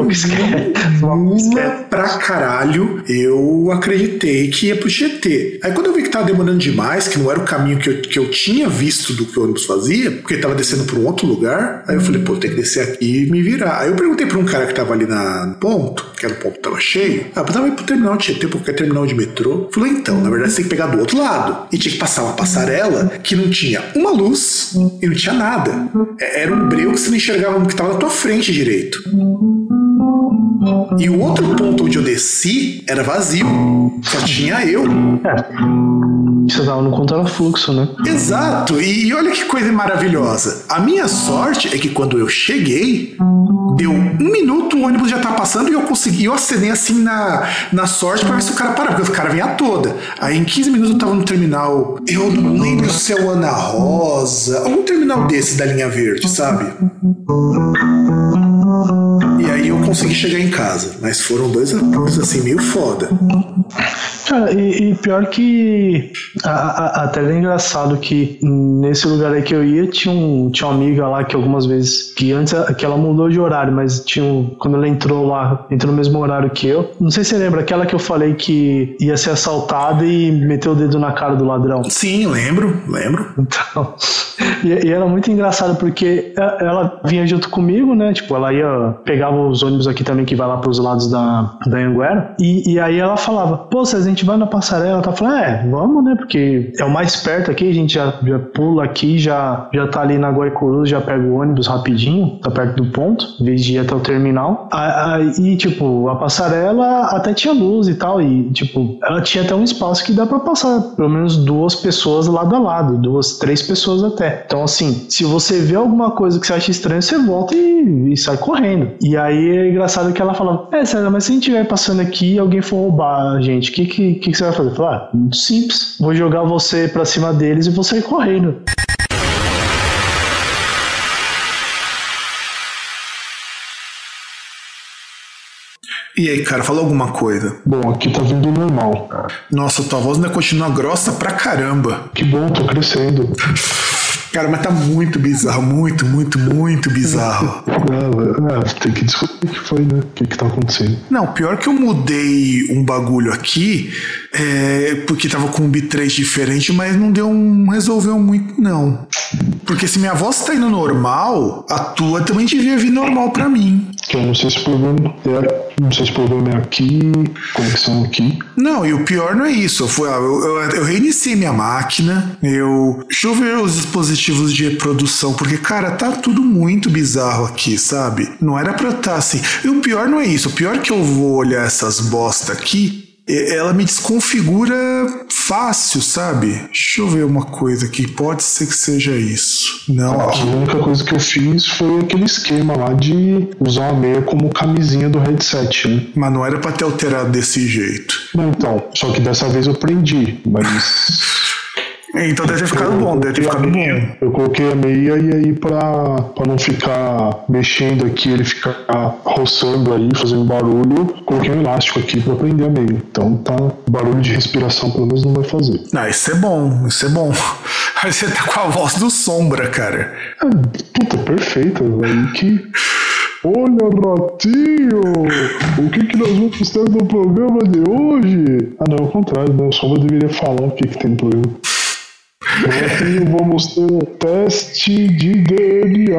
[SPEAKER 2] pra caralho, eu acreditei que ia pro Tietê. Aí quando eu vi que tava demorando demais, que não era o caminho que eu tinha visto do que o ônibus fazia, porque ele tava descendo por um outro lugar, aí eu falei, pô, tem que descer aqui e me virar. Aí eu perguntei pra um cara que tava ali no ponto, que era o ponto que tava cheio, tava indo pro terminal de Tietê, porque é terminal de metrô. Falou, então, na verdade você tem que pegar do outro lado. E tinha que passar uma passarela que não tinha uma luz e não tinha nada. Era um breu que você não enxergava o que tava na tua frente direito. E o outro ponto onde eu desci era vazio. Só tinha eu.
[SPEAKER 4] Você tava no contrafluxo, né?
[SPEAKER 2] Exato. E olha que coisa maravilhosa. A minha sorte é que quando eu cheguei, deu 1 minuto, o ônibus já tá passando e eu acenei assim na sorte pra ver se o cara parava, porque o cara vinha toda. Aí em 15 minutos eu tava no terminal, eu não lembro se é o Ana Rosa, algum terminal desse da linha verde, sabe? E aí eu consegui chegar em casa, mas foram 2 apuros assim meio foda.
[SPEAKER 4] Cara, e pior que até era engraçado que nesse lugar aí que eu ia tinha uma amiga lá que algumas vezes, que antes que ela mudou de horário, mas quando ela entrou no mesmo horário que eu, não sei se você lembra, aquela que eu falei que ia ser assaltada e meteu o dedo na cara do ladrão.
[SPEAKER 2] Sim, lembro.
[SPEAKER 4] Então, e era muito engraçado porque ela vinha junto comigo, né, tipo, ela pegava os ônibus aqui também que vai lá pros lados da Anhanguera, e aí ela falava, pô, se a gente vai na passarela, tá falando, vamos, né, porque é o mais perto aqui, a gente já pula aqui, já tá ali na Guaicurus, já pega o ônibus rapidinho, tá perto do ponto, em vez de ir até o terminal. Aí, tipo, a passarela até tinha luz e tal, e, tipo, ela tinha até um espaço que dá pra passar pelo menos 2 pessoas lado a lado, 2, 3 pessoas até. Então, assim, se você vê alguma coisa que você acha estranha, você volta e sai correndo. E aí é engraçado que ela falava, César, mas se a gente estiver passando aqui e alguém for roubar a gente, o que você vai fazer? Eu falei, muito simples, vou jogar você pra cima deles e vou sair correndo.
[SPEAKER 2] E aí, cara, fala alguma coisa.
[SPEAKER 4] Bom, aqui tá vindo normal.
[SPEAKER 2] Nossa, tua voz ainda continua grossa pra caramba.
[SPEAKER 4] Que bom, tô crescendo.
[SPEAKER 2] Cara, mas tá muito bizarro, muito bizarro.
[SPEAKER 4] Tem que descobrir o que foi, né? O que tá acontecendo.
[SPEAKER 2] Não, pior que eu mudei um bagulho aqui, porque tava com um bitrate diferente, mas não resolveu muito, não. Porque se minha voz tá indo normal, a tua também devia vir normal pra mim.
[SPEAKER 4] Que eu não sei se o problema é aqui, conexão aqui.
[SPEAKER 2] Não, e o pior não é isso. Eu reiniciei minha máquina, deixa eu ver os dispositivos dispositivos de reprodução, porque, cara, tá tudo muito bizarro aqui, sabe? Não era pra estar assim. E o pior não é isso, o pior é que eu vou olhar essas bosta aqui, ela me desconfigura fácil, sabe? Deixa eu ver uma coisa aqui, pode ser que seja isso. Não,
[SPEAKER 4] a única coisa que eu fiz foi aquele esquema lá de usar a meia como camisinha do headset, né?
[SPEAKER 2] Mas não era pra ter alterado desse jeito.
[SPEAKER 4] Não, então, só que dessa vez eu prendi, mas...
[SPEAKER 2] Então deve ter ficado bom,
[SPEAKER 4] Eu coloquei a meia e aí pra não ficar mexendo aqui, ele ficar roçando aí, fazendo barulho, coloquei um elástico aqui pra prender a meia. Então tá, barulho de respiração pelo menos não vai fazer.
[SPEAKER 2] Ah, isso é bom. Aí você tá com a voz do Sombra, cara.
[SPEAKER 4] Puta, perfeito, aí que... Olha, Ratinho, o que nós vamos ter no programa de hoje? Ah, não, ao contrário, né? O Sombra deveria falar o que tem no programa. Ratinho, vamos ter um teste de DNA.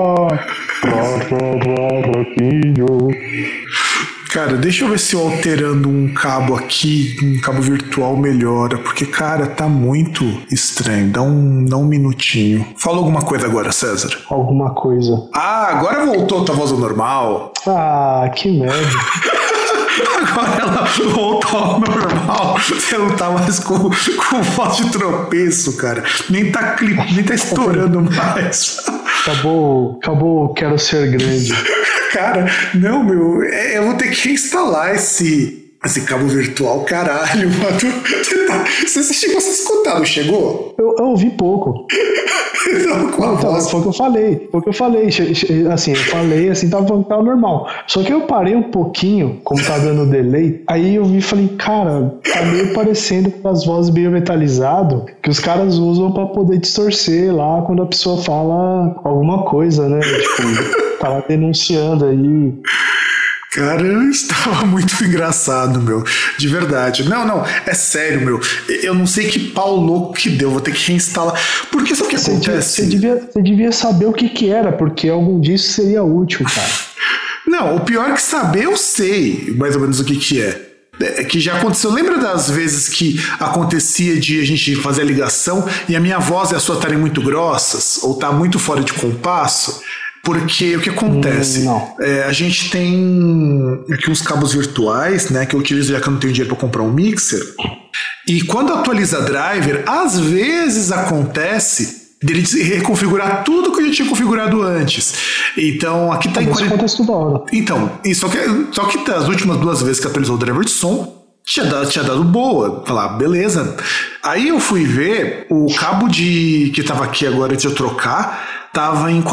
[SPEAKER 4] Ratinho.
[SPEAKER 2] Cara, deixa eu ver se eu alterando um cabo aqui, um cabo virtual melhora, porque, cara, tá muito estranho. Dá um minutinho. Fala alguma coisa agora, César.
[SPEAKER 4] Alguma coisa.
[SPEAKER 2] Ah, agora voltou tua voz ao normal.
[SPEAKER 4] Ah, que merda.
[SPEAKER 2] Agora ela voltou ao normal. Você não tá mais com voz de tropeço, cara. Nem tá estourando mais.
[SPEAKER 4] Acabou, quero ser grande.
[SPEAKER 2] Cara, não, meu, eu vou ter que reinstalar esse cabo virtual, caralho, mano. Você chegou a se escutar, não chegou?
[SPEAKER 4] Eu ouvi pouco. Foi o que eu falei. Assim, eu falei assim, tava normal. Só que eu parei um pouquinho, como tá dando delay, aí eu vi e falei, cara, tá meio parecendo com as vozes meio metalizadas que os caras usam pra poder distorcer lá quando a pessoa fala alguma coisa, né? Tipo, tava denunciando aí.
[SPEAKER 2] Cara, estava muito engraçado, meu. De verdade. Não, é sério, meu. Eu não sei que pau louco que deu. Vou ter que reinstalar. Porque sabe o que acontece?
[SPEAKER 4] Você devia saber o que era, porque algum disso seria útil, cara.
[SPEAKER 2] Não, o pior é que saber eu sei mais ou menos o que é. É que já aconteceu. Lembra das vezes que acontecia de a gente fazer a ligação e a minha voz e a sua estarem muito grossas ou tá muito fora de compasso? Porque o que acontece? A gente tem aqui uns cabos virtuais, né, que eu utilizo já que eu não tenho dinheiro para comprar um mixer. E quando atualiza driver, às vezes acontece dele reconfigurar tudo que eu já tinha configurado antes. Então aqui tá em 40.
[SPEAKER 4] Acontece toda hora.
[SPEAKER 2] Então, só que das últimas 2 vezes que atualizou o driver de som, tinha dado boa. Falar, beleza. Aí eu fui ver o cabo que tava aqui agora antes de eu trocar. Tava em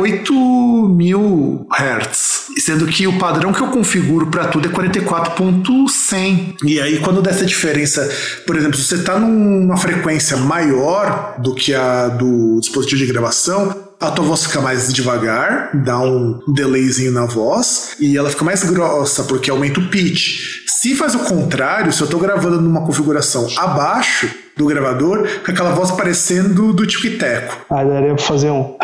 [SPEAKER 2] 48.000 Hz, sendo que o padrão que eu configuro para tudo é 44.100. E aí quando dá essa diferença, por exemplo, se você tá numa frequência maior do que a do dispositivo de gravação, a tua voz fica mais devagar, dá um delayzinho na voz e ela fica mais grossa porque aumenta o pitch. Se faz o contrário, se eu tô gravando numa configuração abaixo do gravador, com aquela voz parecendo do Tico e Teco.
[SPEAKER 4] Ah, daria pra fazer um...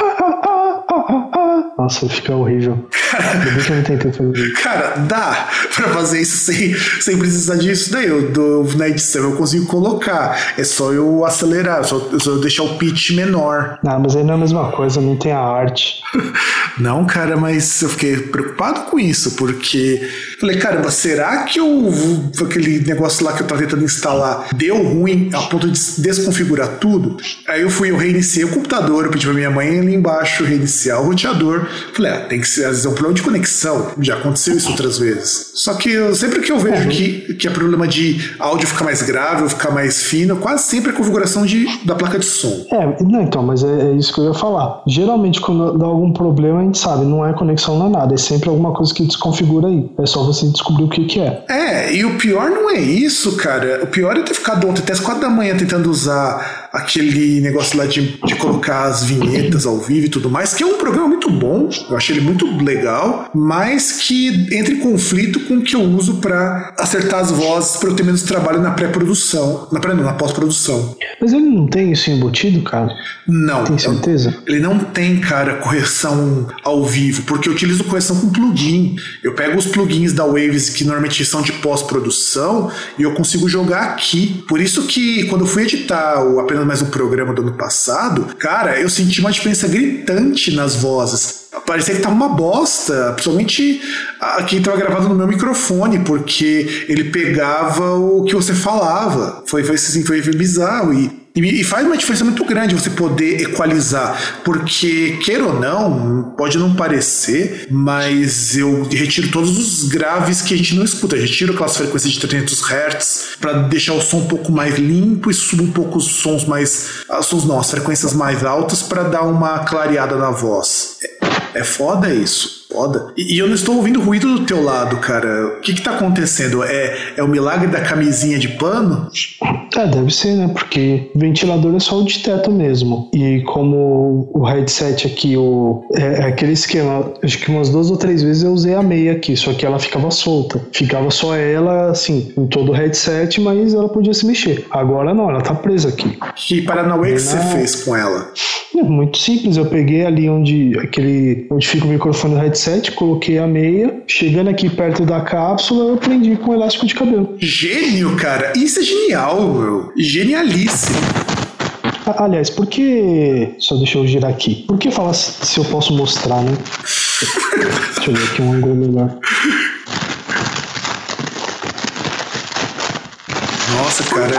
[SPEAKER 4] Nossa, fica horrível. Ainda bem que eu não tentei fazer isso.
[SPEAKER 2] Cara, dá pra fazer isso sem precisar disso. Daí na edição eu consigo colocar. É só eu acelerar, só eu deixar o pitch menor.
[SPEAKER 4] Ah, mas aí não é a mesma coisa, não tem a arte.
[SPEAKER 2] Não, cara, mas eu fiquei preocupado com isso, porque falei, caramba, será que aquele negócio lá que eu tava tentando instalar deu ruim a ponto de desconfigurar tudo? Aí eu reiniciei o computador, eu pedi pra minha mãe ali embaixo reiniciar o roteador. Falei, tem que ser, às vezes é um problema de conexão. Já aconteceu isso outras vezes. Só que sempre que eu vejo que é problema de áudio ficar mais grave ou ficar mais fino, quase sempre é configuração da placa de som.
[SPEAKER 4] Não, então, mas é isso que eu ia falar. Geralmente, quando dá algum problema, a gente sabe, não é conexão, não é nada. É sempre alguma coisa que desconfigura aí. É só você descobrir o que é.
[SPEAKER 2] E o pior não é isso, cara. O pior é ter ficado ontem até as 4 da manhã tentando usar aquele negócio lá de colocar as vinhetas ao vivo e tudo mais, que é um programa muito bom, eu achei ele muito legal, mas que entra em conflito com o que eu uso pra acertar as vozes, pra eu ter menos trabalho na pré-produção, na pós-produção.
[SPEAKER 4] Mas ele não tem isso embutido, cara?
[SPEAKER 2] Não.
[SPEAKER 4] Tem certeza?
[SPEAKER 2] Ele não tem, cara, correção ao vivo, porque eu utilizo correção com plugin. Eu pego os plugins da Waves, que normalmente são de pós-produção, e eu consigo jogar aqui. Por isso que quando eu fui editar o Apenas acompanhando mais um programa do ano passado, cara, eu senti uma diferença gritante nas vozes. Parecia que tava uma bosta, principalmente quem tava gravado no meu microfone, porque ele pegava o que você falava. Foi bizarro. E faz uma diferença muito grande você poder equalizar, porque, queira ou não, pode não parecer, mas eu retiro todos os graves que a gente não escuta. Eu retiro aquelas frequências de 300 Hz para deixar o som um pouco mais limpo e subo um pouco os sons as frequências mais altas para dar uma clareada na voz. É foda isso. Foda. E eu não estou ouvindo ruído do teu lado, cara. O que tá acontecendo? É o milagre da camisinha de pano?
[SPEAKER 4] Deve ser, né? Porque ventilador é só o de teto mesmo. E como o headset aqui, é aquele esquema, acho que umas 2 ou 3 vezes eu usei a meia aqui, só que ela ficava solta. Ficava só ela, assim, em todo o headset, mas ela podia se mexer. Agora não, ela tá presa aqui.
[SPEAKER 2] Que paranauê que você fez com ela?
[SPEAKER 4] É muito simples, eu peguei ali onde fica o microfone do headset, coloquei a meia, chegando aqui perto da cápsula, eu prendi com um elástico de cabelo.
[SPEAKER 2] Gênio, cara! Isso é genial, meu! Genialíssimo!
[SPEAKER 4] Aliás, por que... Só deixa eu girar aqui. Por que falar se eu posso mostrar, né? Deixa eu ver aqui um ângulo melhor.
[SPEAKER 2] Nossa, cara,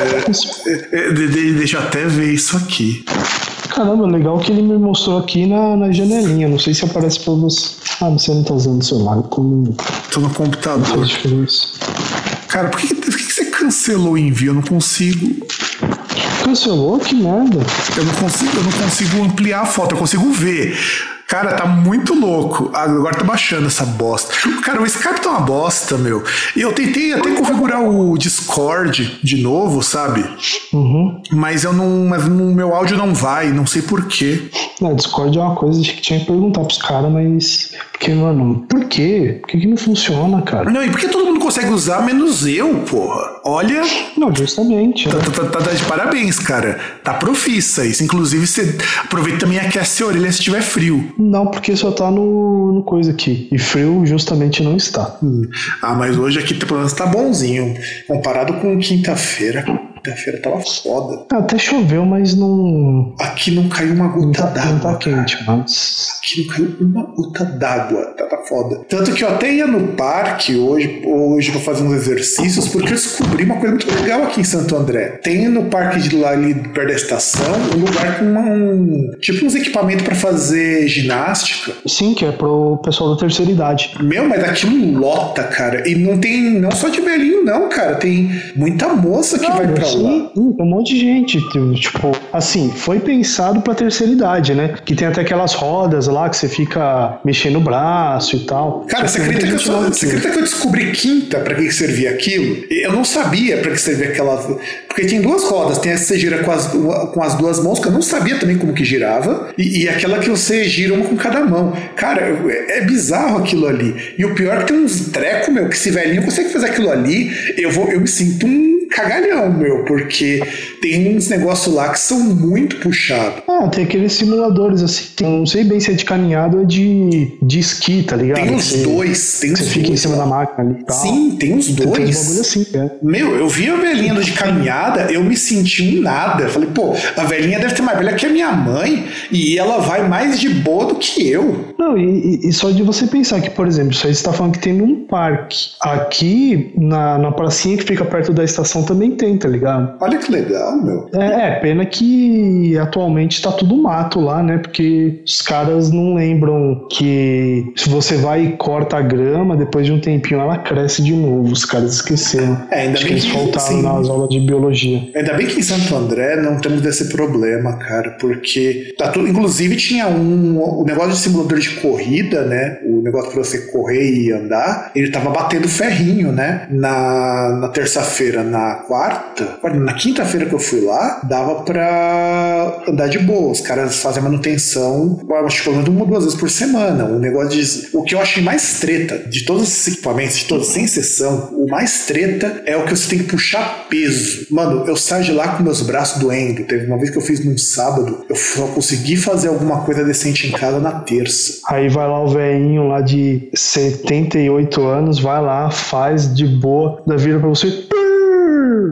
[SPEAKER 2] deixa eu até ver isso aqui.
[SPEAKER 4] Caramba, legal que ele me mostrou aqui na janelinha. Não sei se aparece pra você. Você não tá usando o celular. Tô
[SPEAKER 2] no computador.
[SPEAKER 4] Faz diferença.
[SPEAKER 2] Cara, por que você cancelou o envio? Eu não consigo.
[SPEAKER 4] Cancelou? Que merda.
[SPEAKER 2] Eu não consigo ampliar a foto, eu consigo ver. Cara, tá muito louco. Agora tá baixando essa bosta. Cara, o Skype tá uma bosta, meu. E eu tentei até configurar o Discord de novo, sabe?
[SPEAKER 4] Uhum.
[SPEAKER 2] Mas no meu áudio não vai, não sei porquê.
[SPEAKER 4] Não, Discord é uma coisa que tinha que perguntar pros caras, mas... Porque, mano, por quê? Por que não funciona, cara?
[SPEAKER 2] Não, e por que todo mundo consegue usar, menos eu, porra? Olha...
[SPEAKER 4] Não, justamente.
[SPEAKER 2] Tá de parabéns, cara. Tá profissa isso. Inclusive, você aproveita também e aquece a orelha se tiver frio.
[SPEAKER 4] Não, porque só tá no coisa aqui. E frio justamente não está.
[SPEAKER 2] Mas hoje aqui pelo menos tá bonzinho. Comparado com quinta-feira. Quinta-feira tava foda.
[SPEAKER 4] Até choveu, mas não...
[SPEAKER 2] Aqui não caiu uma gota d'água.
[SPEAKER 4] Não tá quente, mas...
[SPEAKER 2] Aqui não caiu uma gota d'água. Tá foda. Tanto que eu até ia no parque hoje pra fazer uns exercícios, porque eu descobri uma coisa muito legal aqui em Santo André. Tem no parque de lá ali perto da estação um lugar com tipo uns equipamentos pra fazer ginástica.
[SPEAKER 4] Sim, que é pro pessoal da terceira idade.
[SPEAKER 2] Meu, mas aquilo lota, cara. E não tem, não só de velhinho não, cara. Tem muita moça que vai pra lá.
[SPEAKER 4] Sim, um monte de gente. Tipo, assim, foi pensado pra terceira idade, né? Que tem até aquelas rodas lá que você fica mexendo o braço e tal.
[SPEAKER 2] Cara, você acredita que eu descobri quinta pra que servia aquilo? Eu não sabia pra que servia aquela... Porque tem 2 rodas. Tem essa que você gira com as 2 mãos, que eu não sabia também como que girava. E aquela que você gira uma com cada mão. Cara, é bizarro aquilo ali. E o pior é que tem uns trecos, meu, que esse velhinho consegue fazer aquilo ali. Eu me sinto um cagalhão, meu, porque tem uns negócios lá que são muito puxados.
[SPEAKER 4] Tem aqueles simuladores, assim, não sei bem se é de caminhada ou de esqui, tá ligado?
[SPEAKER 2] Tem os dois.
[SPEAKER 4] Você fica em cima da máquina ali e tal.
[SPEAKER 2] Sim, tem os dois.
[SPEAKER 4] Tem um bagulho assim,
[SPEAKER 2] Meu, eu vi a velhinha de caminhada, eu me senti um nada. Eu falei, pô, a velhinha deve ter mais velha que a minha mãe e ela vai mais de boa do que eu.
[SPEAKER 4] Não, e só de você pensar que, por exemplo, isso aí você tá falando que tem num parque. Aqui, na pracinha que fica perto da estação também tem, tá ligado?
[SPEAKER 2] Olha que legal, meu.
[SPEAKER 4] Pena que atualmente tá tudo mato lá, né? Porque os caras não lembram que se você vai e corta a grama, depois de um tempinho ela cresce de novo. Os caras esqueceram.
[SPEAKER 2] Ainda
[SPEAKER 4] Acho
[SPEAKER 2] bem
[SPEAKER 4] que eles faltaram nas aulas de biologia.
[SPEAKER 2] Ainda bem que em Santo André não temos desse problema, cara, porque tá tudo. Inclusive tinha o negócio de simulador de corrida, né? O negócio pra você correr e andar, ele tava batendo ferrinho, né? Na terça-feira, na quinta-feira que eu fui lá, dava pra andar de boa. Os caras fazem manutenção, acho que pelo menos 1 ou 2 vezes por semana. O que eu achei mais treta de todos esses equipamentos, de todos, sem exceção, o mais treta é o que você tem que puxar peso. Mano, eu saio de lá com meus braços doendo. Teve uma vez que eu fiz num sábado, eu só consegui fazer alguma coisa decente em casa na terça.
[SPEAKER 4] Aí vai lá o velhinho lá de 78 anos, vai lá, faz de boa, dá vira pra você.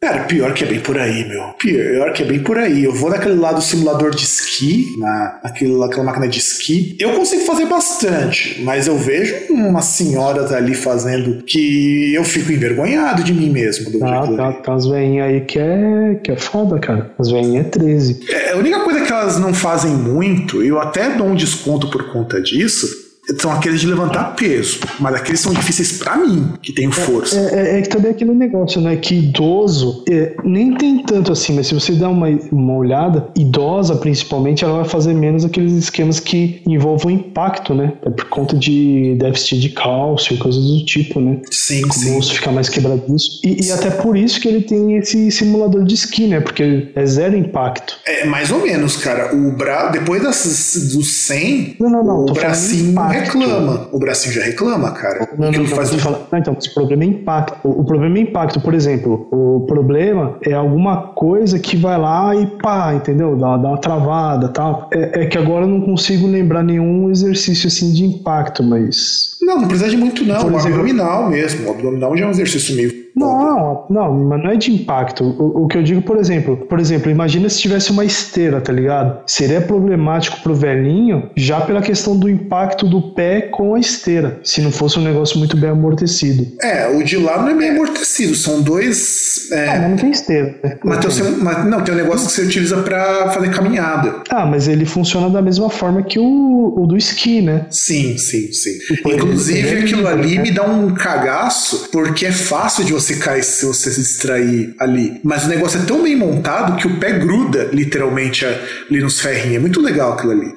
[SPEAKER 2] Cara, pior que é bem por aí, meu. Pior que é bem por aí. Eu vou naquele lado do simulador de esqui, naquela máquina de esqui. Eu consigo fazer bastante, mas eu vejo umas senhoras ali fazendo que eu fico envergonhado de mim mesmo.
[SPEAKER 4] Tá as veinhas aí que é foda, cara. As veinhas é 13.
[SPEAKER 2] A única coisa que elas não fazem muito, eu até dou um desconto por conta disso, são aqueles de levantar peso, mas aqueles são difíceis pra mim, que tenho força.
[SPEAKER 4] Que também é aquele negócio, né, que idoso, nem tem tanto assim, mas se você der uma olhada, idosa principalmente, ela vai fazer menos aqueles esquemas que envolvam impacto, né, por conta de déficit de cálcio e coisas do tipo, né.
[SPEAKER 2] Sim.
[SPEAKER 4] O osso fica mais quebradiço. E até por isso que ele tem esse simulador de esqui, né, porque é zero impacto.
[SPEAKER 2] Mais ou menos, cara. Depois dos 100,
[SPEAKER 4] não,
[SPEAKER 2] o bracinho reclama. O bracinho já reclama, cara.
[SPEAKER 4] Então, esse problema é impacto. O problema é impacto, por exemplo. O problema é alguma coisa que vai lá e pá, entendeu? Dá uma travada e tal. É que agora eu não consigo lembrar nenhum exercício assim de impacto, mas...
[SPEAKER 2] Não precisa de muito não. O abdominal mesmo. O abdominal já é um exercício meio...
[SPEAKER 4] Não, mas não é de impacto. O que eu digo, por exemplo, imagina se tivesse uma esteira, tá ligado? Seria problemático pro velhinho já pela questão do impacto do pé com a esteira, se não fosse um negócio muito bem amortecido.
[SPEAKER 2] O de lá não é bem amortecido, são dois...
[SPEAKER 4] Mas não tem esteira.
[SPEAKER 2] Mas tem um negócio que você utiliza pra fazer caminhada.
[SPEAKER 4] Mas ele funciona da mesma forma que o do esqui, né?
[SPEAKER 2] Sim. Inclusive aquilo ali me dá um cagaço, porque é fácil de você cair se você se distrair ali. Mas o negócio é tão bem montado que o pé gruda literalmente ali nos ferrinhos. É muito legal aquilo ali.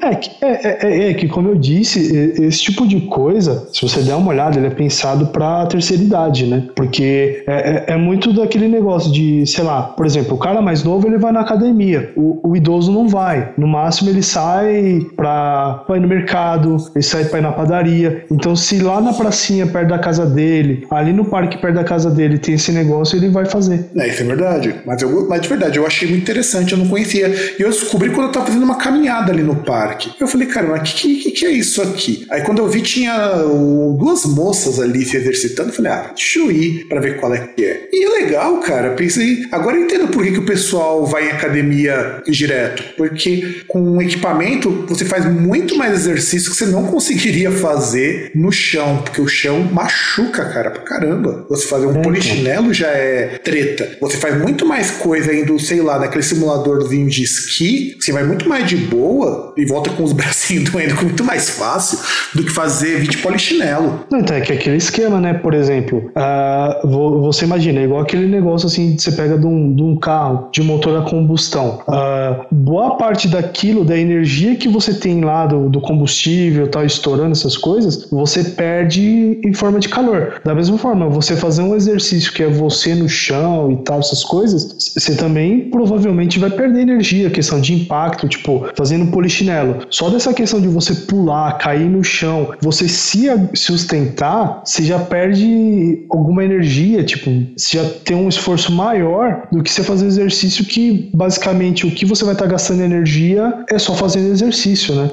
[SPEAKER 4] Que como eu disse, esse tipo de coisa, se você der uma olhada, ele é pensado pra terceira idade, né? Porque é muito daquele negócio de, sei lá, por exemplo, o cara mais novo ele vai na academia, o idoso não vai. No máximo ele sai pra ir no mercado, ele sai pra ir na padaria. Então se lá na pracinha perto da casa dele, ali no parque perto da casa dele tem esse negócio, ele vai fazer.
[SPEAKER 2] Isso é verdade. Mas de verdade, eu achei muito interessante, eu não conhecia. E eu descobri quando eu tava fazendo uma caminhada ali no parque. Eu falei, cara, mas que é isso aqui? Aí quando eu vi, tinha duas moças ali se exercitando, eu falei, deixa eu ir pra ver qual é que é. E é legal, cara. Pensei, agora eu entendo por que o pessoal vai em academia direto. Porque com um equipamento, você faz muito mais exercício que você não conseguiria fazer no chão, porque o chão machuca, cara, pra caramba. Você fazer um polichinelo já é treta. Você faz muito mais coisa indo, sei lá, naquele simuladorzinho de esqui, você vai muito mais de boa e volta com os bracinhos doendo muito mais fácil do que fazer 20 polichinelo.
[SPEAKER 4] Então é que aquele esquema, né? Por exemplo, você imagina, é igual aquele negócio assim, você pega de um carro de motor a combustão. Boa parte daquilo, da energia que você tem lá do combustível, tal, estourando essas coisas, você perde em forma de calor. Da mesma forma, você fazer um exercício que é você no chão e tal, essas coisas, você também provavelmente vai perder energia, questão de impacto, tipo, fazendo polichinelo. Só dessa questão de você pular, cair no chão, você se sustentar, você já perde alguma energia, tipo, você já tem um esforço maior do que você fazer exercício que, basicamente, o que você vai estar gastando energia é só fazendo exercício, né?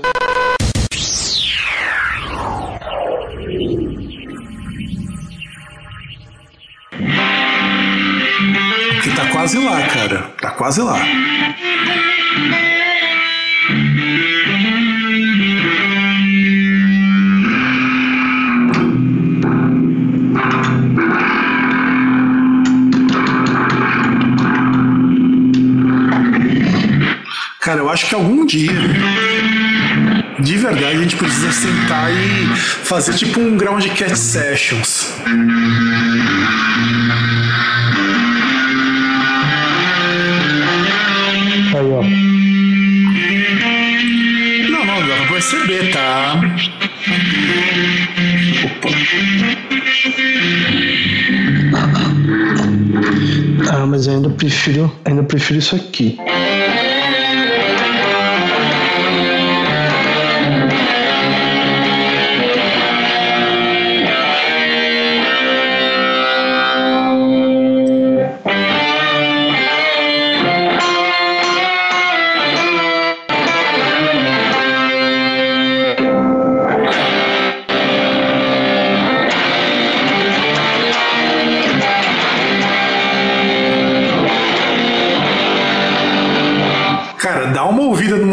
[SPEAKER 2] Que tá quase lá, cara. Tá quase lá. Cara, eu acho que algum dia, de verdade, a gente precisa sentar e fazer tipo um Groundcast Sessions.
[SPEAKER 4] Aí, ó.
[SPEAKER 2] Não, dá pra perceber, tá? Opa.
[SPEAKER 4] Mas eu ainda prefiro isso aqui.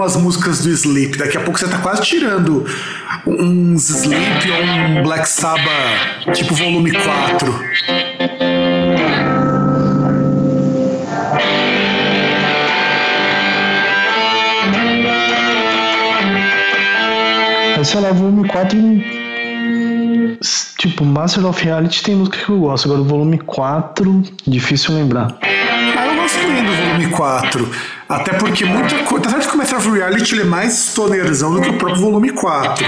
[SPEAKER 2] algumas músicas do Sleep. Daqui a pouco você tá quase tirando uns Sleep ou um Black Sabbath, tipo volume 4.
[SPEAKER 4] Sei lá, volume 4, tipo, Master of Reality tem música que eu gosto, agora o volume 4, difícil lembrar.
[SPEAKER 2] Eu gosto bem do volume 4, até porque muita coisa, tá certo que o Master of Reality ele é mais stonerzão do que o próprio volume 4.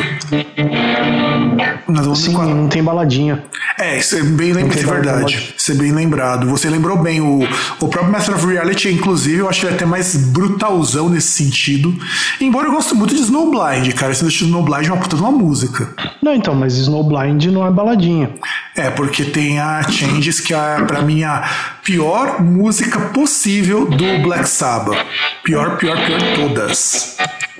[SPEAKER 4] Sim, 4... não tem baladinha.
[SPEAKER 2] Isso é bem lembrado, é verdade. Isso é bem lembrado. Você lembrou bem. O próprio Master of Reality, inclusive, eu acho que ele é até mais brutalzão nesse sentido. Embora eu goste muito de Snowblind, cara. Esse Snowblind é uma puta de uma música.
[SPEAKER 4] Não, então, mas Snowblind não é baladinha.
[SPEAKER 2] Porque tem a Changes, que é, pra mim, a pior música possível do Black Sabbath. Pior todas.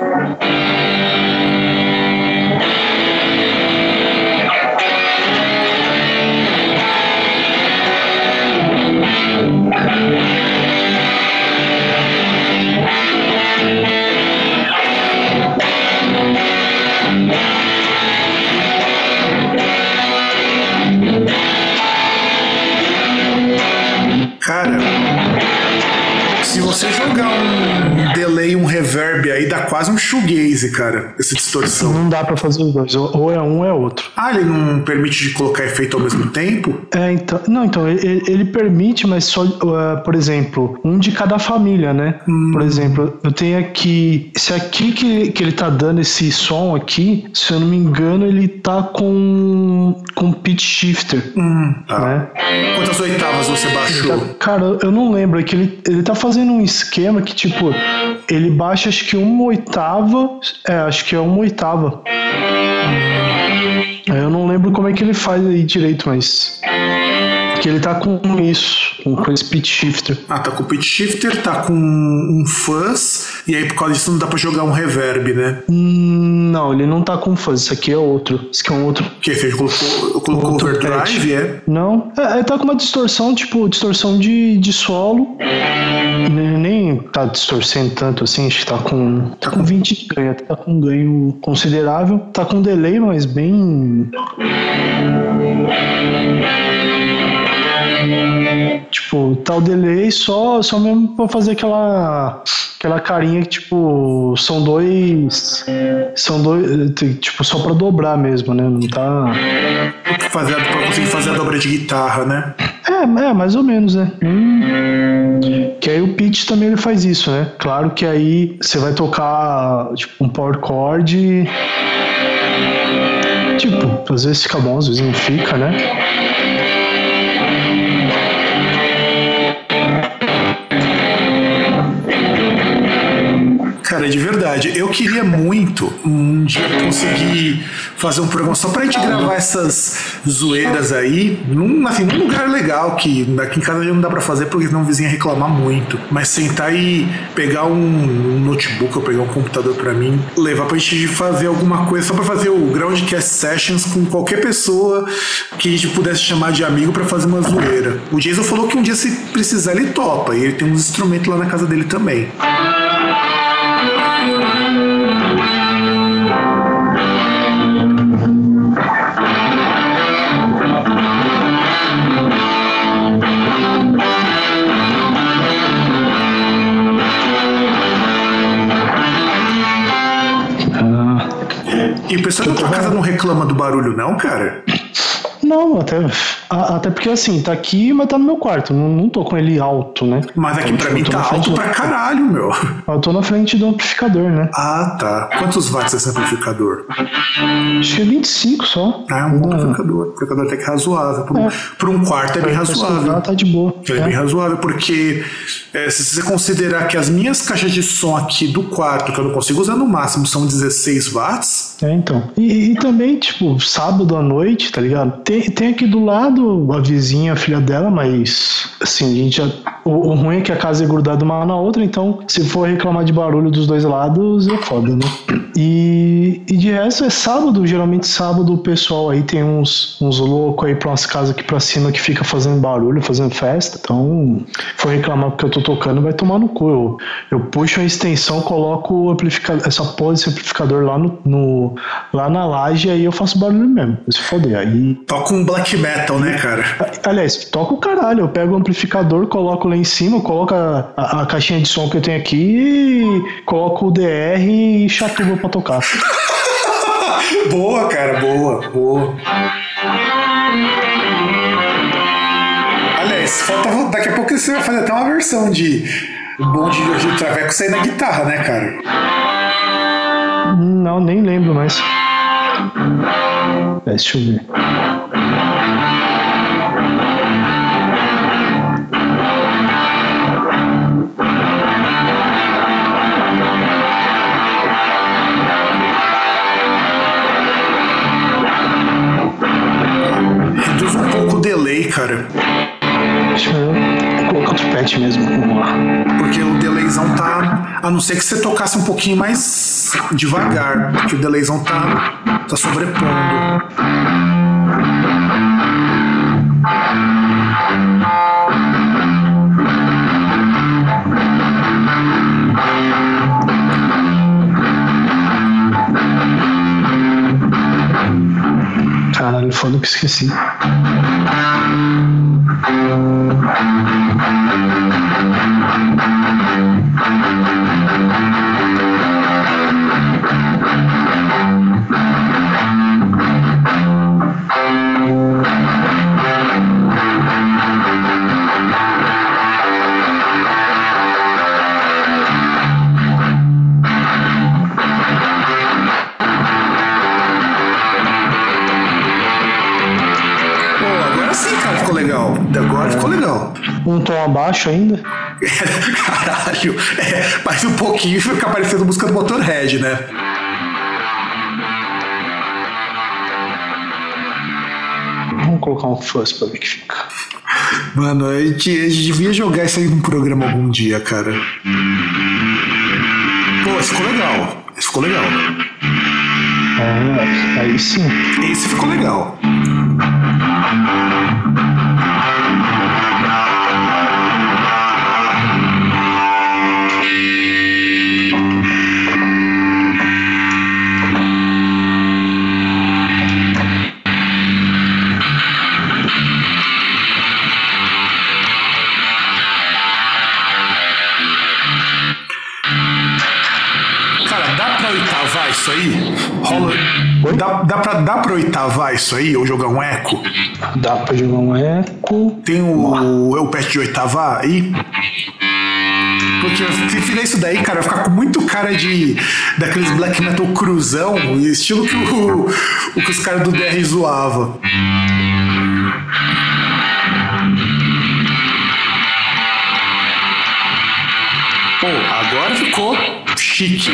[SPEAKER 2] Cara, se você jogar um delay, um reverb aí, dá quase um shoegaze, cara, essa distorção.
[SPEAKER 4] Não dá pra fazer os dois, ou é um ou é outro.
[SPEAKER 2] Ele não permite de colocar efeito ao mesmo tempo?
[SPEAKER 4] Então ele permite, mas só, por exemplo, um de cada família, né? Por exemplo, eu tenho aqui, esse aqui que ele tá dando esse som aqui, se eu não me engano, ele tá com pitch shifter, né?
[SPEAKER 2] Quantas oitavas você baixou?
[SPEAKER 4] Cara, eu não lembro, é que ele tá fazendo um esquema que, tipo, ele baixa acho que uma oitava, acho que é uma oitava. Eu não lembro como é que ele faz aí direito, mas... que ele tá com isso, com esse pitch shifter.
[SPEAKER 2] Tá com pitch shifter, tá com um fuzz, e aí por causa disso não dá pra jogar um reverb, né?
[SPEAKER 4] Não, ele não tá com fuzz, isso aqui é outro. Isso aqui é um outro.
[SPEAKER 2] Que você colocou overdrive,
[SPEAKER 4] Não, ele tá com uma distorção, tipo, distorção de solo. Nem tá distorcendo tanto assim, acho que tá com 20 de ganho, tá com um ganho considerável. Tá com delay, mas bem... Tipo, tá o delay só mesmo pra fazer aquela carinha que, tipo, são dois, tipo, só pra dobrar mesmo, né? Não tá...
[SPEAKER 2] Pra conseguir fazer a dobra de guitarra, né?
[SPEAKER 4] Mais ou menos, né? Que aí o pitch também ele faz isso, né? Claro que aí você vai tocar, tipo, um power chord, tipo, às vezes fica bom, às vezes não fica, né?
[SPEAKER 2] Cara, de verdade, eu queria muito um dia conseguir fazer um programa só pra gente gravar essas zoeiras aí, num lugar legal, que aqui em casa já não dá pra fazer porque senão o vizinho ia reclamar muito. Mas sentar e pegar um notebook ou pegar um computador pra mim, levar pra gente fazer alguma coisa, só pra fazer o Groundcast Sessions com qualquer pessoa que a gente pudesse chamar de amigo pra fazer uma zoeira. O Jason falou que um dia, se precisar, ele topa, e ele tem uns instrumentos lá na casa dele também. E o pessoal da tua casa não reclama do barulho, não, cara?
[SPEAKER 4] Não, até porque assim, tá aqui, mas tá no meu quarto. Não tô com ele alto, né?
[SPEAKER 2] Mas aqui pra mim tá alto pra caralho, meu.
[SPEAKER 4] Eu tô na frente do amplificador, né?
[SPEAKER 2] Tá. Quantos watts é esse amplificador?
[SPEAKER 4] Acho que é 25 só.
[SPEAKER 2] É um bom amplificador. Amplificador até que razoável. Por um quarto é bem razoável.
[SPEAKER 4] Tá de boa.
[SPEAKER 2] É bem razoável, porque se você considerar que as minhas caixas de som aqui do quarto, que eu não consigo usar no máximo, são 16 watts.
[SPEAKER 4] Então. E também, tipo, sábado à noite, tá ligado? Tem aqui do lado a vizinha, a filha dela, mas assim, a gente já... O ruim é que a casa é grudada uma na outra, então se for reclamar de barulho dos dois lados, é foda, né? E de resto é sábado, geralmente sábado o pessoal aí tem uns loucos aí pra umas casas aqui pra cima que fica fazendo barulho, fazendo festa. Então, for reclamar porque eu tô tocando, vai tomar no cu. Eu puxo a extensão, coloco o amplificador, essa porra desse amplificador lá na laje, aí eu faço barulho mesmo. Se foder. Aí.
[SPEAKER 2] Toca um black metal, né, cara?
[SPEAKER 4] Aliás, toca o caralho. Eu pego o amplificador, coloco lá em cima, coloco a caixinha de som que eu tenho aqui, coloco o DR e chatuba pra tocar.
[SPEAKER 2] Boa, cara, boa. Aliás, daqui a pouco você vai fazer até uma versão de bonde de traveco sair na guitarra, né, cara?
[SPEAKER 4] Não, nem lembro mais. Deixa eu ver.
[SPEAKER 2] Reduz um pouco o delay, cara.
[SPEAKER 4] Deixa eu colocar outro patch mesmo. Vamos lá.
[SPEAKER 2] Porque o delayzão tá... A não ser que você tocasse um pouquinho mais devagar, porque o delayzão tá sobrepondo.
[SPEAKER 4] Caralho, foda que esqueci.
[SPEAKER 2] Agora ficou legal.
[SPEAKER 4] Um tom abaixo ainda?
[SPEAKER 2] Caralho. Mais um pouquinho fica parecendo música do Motorhead, né?
[SPEAKER 4] Vamos colocar um fuzz pra ver que fica.
[SPEAKER 2] Mano, a gente devia jogar isso aí num programa algum dia, cara. Pô, esse ficou legal.
[SPEAKER 4] Aí sim.
[SPEAKER 2] Esse ficou legal. Isso aí? Rola. Dá pra oitavar isso aí? Ou jogar um eco?
[SPEAKER 4] Dá pra jogar um eco.
[SPEAKER 2] Tem o patch de oitavar aí? Porque se fizer isso daí, cara, vai ficar com muito cara daqueles black metal cruzão, estilo que os caras do DR zoavam. Pô, agora ficou chique.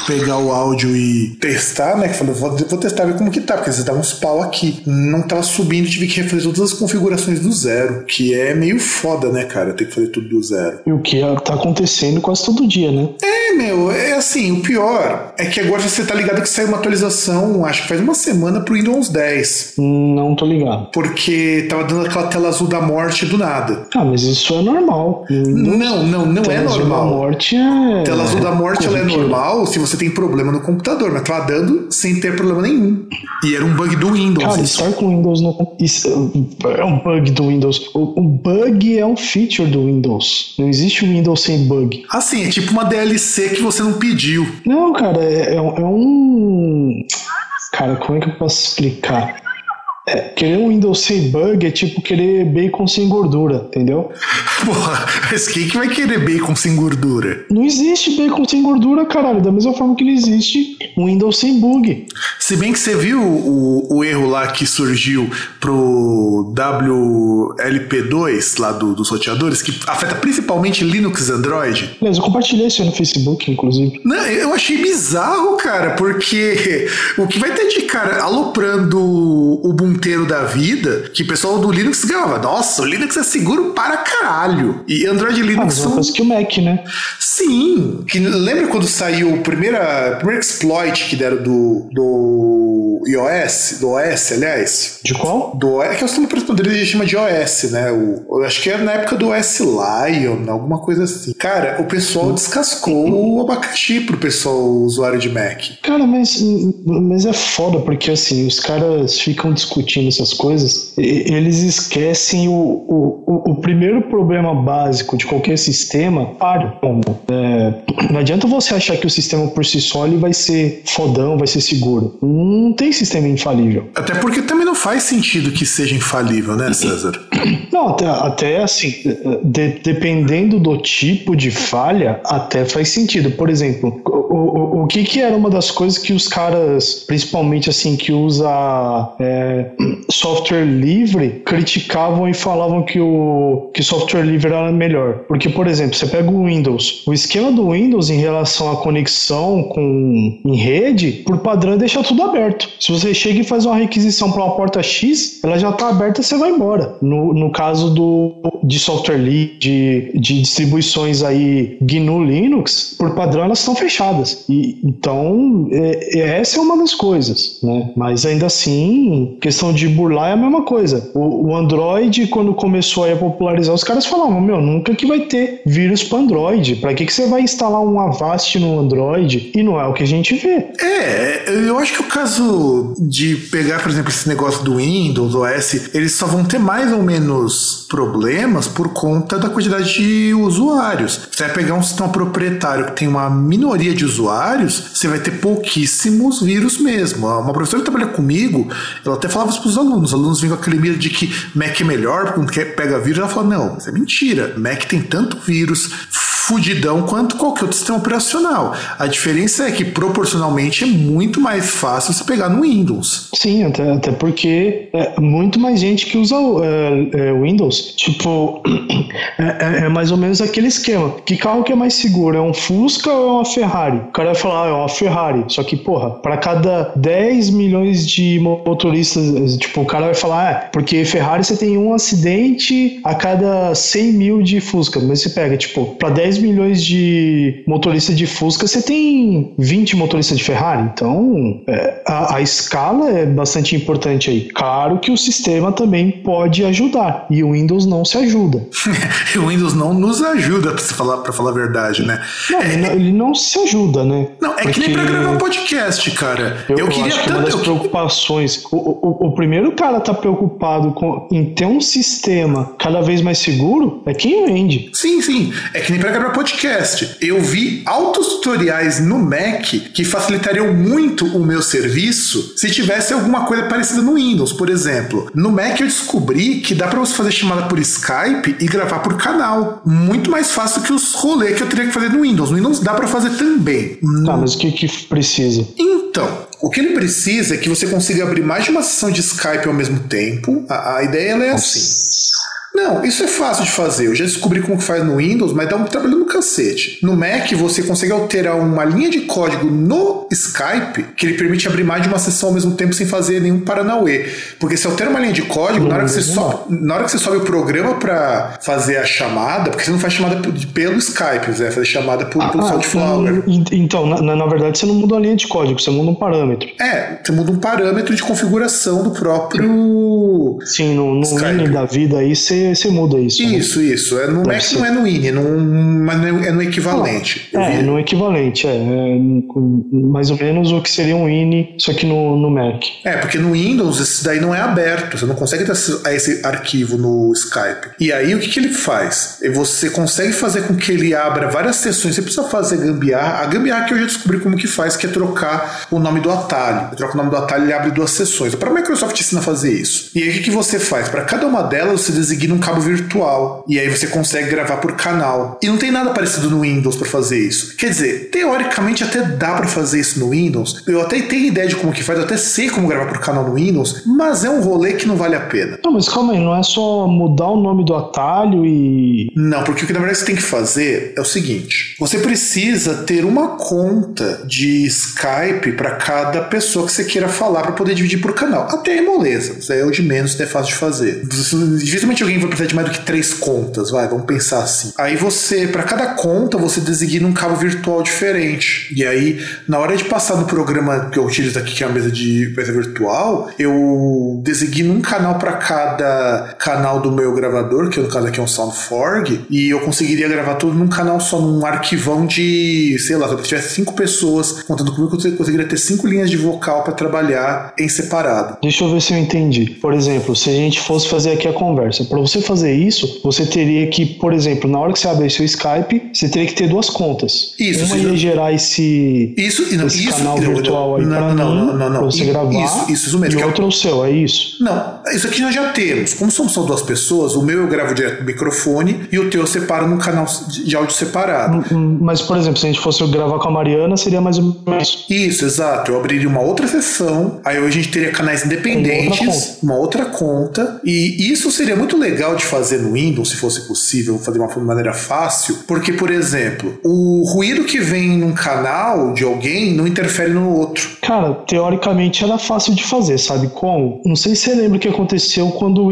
[SPEAKER 2] pegar o áudio e testar, né? Que eu falei, vou testar, ver como que tá, porque às vezes dá uns pau aqui. Não tava subindo, tive que refazer todas as configurações do zero, que é meio foda, né, cara? Ter que fazer tudo do zero.
[SPEAKER 4] E o que tá acontecendo quase todo dia, né?
[SPEAKER 2] É assim, o pior é que agora você tá ligado que saiu uma atualização, acho que faz uma semana pro Windows 10.
[SPEAKER 4] Não tô ligado.
[SPEAKER 2] Porque tava dando aquela tela azul da morte do nada.
[SPEAKER 4] Mas isso é normal.
[SPEAKER 2] Não é normal.
[SPEAKER 4] Tela azul da morte é...
[SPEAKER 2] Tela azul da morte ela é normal se você tem problema no computador, mas tava dando sem ter problema nenhum. E era um bug do Windows.
[SPEAKER 4] Cara, estar com o Windows isso é um bug do Windows. O bug é um feature do Windows. Não existe um Windows sem bug.
[SPEAKER 2] Assim, é tipo uma DLC que você não pediu.
[SPEAKER 4] Não, cara, é um... Cara, como é que eu posso explicar? Querer um Windows sem bug é tipo querer bacon sem gordura, entendeu?
[SPEAKER 2] Porra, mas quem que vai querer bacon sem gordura?
[SPEAKER 4] Não existe bacon sem gordura, caralho. Da mesma forma que não existe um Windows sem bug.
[SPEAKER 2] Se bem que você viu o erro lá que surgiu pro WLP2 lá dos roteadores, que afeta principalmente Linux e Android.
[SPEAKER 4] Aliás, eu compartilhei isso aí no Facebook, inclusive.
[SPEAKER 2] Não, eu achei bizarro, cara, porque o que vai ter de cara aloprando o Ubuntu da vida, que o pessoal do Linux ganhava. Nossa, o Linux é seguro para caralho. E Android e Linux são...
[SPEAKER 4] que o Mac, né?
[SPEAKER 2] Sim. Que, lembra quando saiu o primeiro exploit que deram do iOS? Do OS, aliás?
[SPEAKER 4] De qual?
[SPEAKER 2] É que o sistema operacional ele chama de OS, né? Eu acho que era na época do OS Lion, alguma coisa assim. Cara, o pessoal descascou o abacaxi pro pessoal usuário de Mac.
[SPEAKER 4] Cara, mas é foda, porque assim, os caras ficam discutindo essas coisas, eles esquecem o primeiro problema básico de qualquer sistema. Não adianta você achar que o sistema por si só ele vai ser fodão, vai ser seguro. Não tem sistema infalível.
[SPEAKER 2] Até porque também não faz sentido que seja infalível, né, César?
[SPEAKER 4] Não, até assim, dependendo do tipo de falha, até faz sentido. Por exemplo, o que era uma das coisas que os caras, principalmente assim, que usa software livre, criticavam e falavam que software livre era melhor. Porque, por exemplo, você pega o Windows. O esquema do Windows em relação à conexão em rede, por padrão, deixa tudo aberto. Se você chega e faz uma requisição para uma porta X, ela já está aberta, você vai embora. No caso de software livre, de distribuições aí GNU Linux, por padrão elas estão fechadas. Então, essa é uma das coisas, né? Mas ainda assim, questão de burlar é a mesma coisa. O Android, quando começou a popularizar, os caras falavam, nunca que vai ter vírus para Android. Para que você vai instalar um Avast no Android? E não é o que a gente vê.
[SPEAKER 2] Eu acho que o caso de pegar, por exemplo, esse negócio do Windows, OS, eles só vão ter mais ou menos problemas por conta da quantidade de usuários. Você vai pegar um sistema proprietário que tem uma minoria de usuários, você vai ter pouquíssimos vírus mesmo. Uma professora que trabalha comigo, ela até falava isso para os alunos vinham com aquele medo de que Mac é melhor, quando pega vírus, ela fala, não, isso é mentira, Mac tem tanto vírus fudidão quanto qualquer outro sistema operacional. A diferença é que proporcionalmente é muito mais fácil você pegar no Windows.
[SPEAKER 4] Sim, até porque é muito mais gente que usa Windows. Tipo, é mais ou menos aquele esquema. Que carro que é mais seguro? É um Fusca ou é uma Ferrari? O cara vai falar, é uma Ferrari. Só que, para cada 10 milhões de motoristas, tipo, o cara vai falar, porque Ferrari você tem um acidente a cada 100 mil de Fusca. Mas você pega, tipo, para 10 milhões de motoristas de Fusca, você tem 20 motoristas de Ferrari. Então, a escala é bastante importante aí. Claro que o sistema também pode ajudar. E o Windows não se ajuda.
[SPEAKER 2] O Windows não nos ajuda, pra falar a verdade, né?
[SPEAKER 4] Não, ele não se ajuda, né?
[SPEAKER 2] Não, que nem pra gravar um podcast, cara. Eu queria
[SPEAKER 4] acho que
[SPEAKER 2] tanto...
[SPEAKER 4] uma das preocupações... O primeiro cara tá preocupado em ter um sistema cada vez mais seguro é quem vende.
[SPEAKER 2] Sim. É que nem pra gravar podcast. Eu vi altos tutoriais no Mac que facilitariam muito o meu serviço se tivesse alguma coisa parecida no Windows, por exemplo. No Mac eu descobri que dá pra você fazer chamada por Skype e gravar por canal. Muito mais fácil que os rolês que eu teria que fazer no Windows. No Windows dá pra fazer também.
[SPEAKER 4] Tá, mas o que precisa?
[SPEAKER 2] Então, o que ele precisa é que você consiga abrir mais de uma sessão de Skype ao mesmo tempo. A ideia ela é assim. Não, isso é fácil de fazer. Eu já descobri como que faz no Windows, mas dá um trabalho no cacete. No Mac, você consegue alterar uma linha de código no Skype que ele permite abrir mais de uma sessão ao mesmo tempo sem fazer nenhum paranauê. Porque se altera uma linha de código, na hora que você sobe o programa para fazer a chamada, porque você não faz chamada pelo Skype, você vai fazer chamada pelo Soundflower.
[SPEAKER 4] Então, na verdade, você não muda a linha de código, você muda um parâmetro.
[SPEAKER 2] Você muda um parâmetro de configuração do próprio
[SPEAKER 4] Sim, no INI da vida aí você muda isso.
[SPEAKER 2] Isso. No Mac não é no INI, mas é no equivalente.
[SPEAKER 4] No equivalente, mais ou menos o que seria um INI, só que no Mac.
[SPEAKER 2] Porque no Windows esse daí não é aberto, você não consegue ter acesso a esse arquivo no Skype. E aí o que ele faz? Você consegue fazer com que ele abra várias sessões, você precisa fazer gambiarra. A gambiarra que eu já descobri como que faz, que é trocar o nome do atalho. Você troca o nome do atalho e ele abre 2 sessões. A própria Microsoft ensina a fazer isso. E aí o que você faz? Para cada uma delas você designa um cabo virtual. E aí você consegue gravar por canal. E não tem nada parecido no Windows para fazer isso. Quer dizer, teoricamente até dá para fazer isso no Windows. Eu até tenho ideia de como que faz, eu até sei como gravar por canal no Windows, mas é um rolê que não vale a pena.
[SPEAKER 4] Não, mas calma aí, não é só mudar o nome do atalho e...
[SPEAKER 2] Não, porque o que na verdade você tem que fazer é o seguinte: você precisa ter uma conta de Skype para cada pessoa que você queira falar para poder dividir por canal. Até é moleza, isso aí é o de menos, isso é fácil de fazer. Dificilmente alguém vai precisar de mais do que 3 contas, vamos pensar assim. Aí você, para cada conta, você designa um cabo virtual diferente. E aí, na hora de passar no programa que eu utilizo aqui, que é a mesa virtual, eu designo um canal para cada canal do meu gravador, que no caso aqui é um SoundForge, e eu conseguiria gravar tudo num canal só, num arquivão de, sei lá, se eu tivesse 5 pessoas contando comigo, eu conseguiria ter 5 linhas de vocal para trabalhar em separado.
[SPEAKER 4] Deixa eu ver se eu entendi. Por exemplo, se a gente fosse fazer aqui a conversa, para você fazer isso, você teria que, por exemplo, na hora que você abrir seu Skype, você teria que ter 2 contas. Uma ia gerar esse canal virtual aí pra você gravar.
[SPEAKER 2] Isso mesmo.
[SPEAKER 4] E outro é o seu, é isso?
[SPEAKER 2] Não, isso aqui nós já temos. Como somos só 2 pessoas, o meu eu gravo direto do microfone e o teu eu separo num canal de áudio separado.
[SPEAKER 4] Mas, por exemplo, se a gente fosse gravar com a Mariana, seria mais ou menos
[SPEAKER 2] isso, exato. Eu abriria uma outra sessão, aí a gente teria canais independentes, uma outra conta, e isso seria muito legal de fazer no Windows, se fosse possível, fazer de uma maneira fácil, porque, por exemplo, o ruído que vem num canal de alguém não interfere no outro.
[SPEAKER 4] Cara, teoricamente era fácil de fazer, sabe como? Não sei se você lembra o que aconteceu quando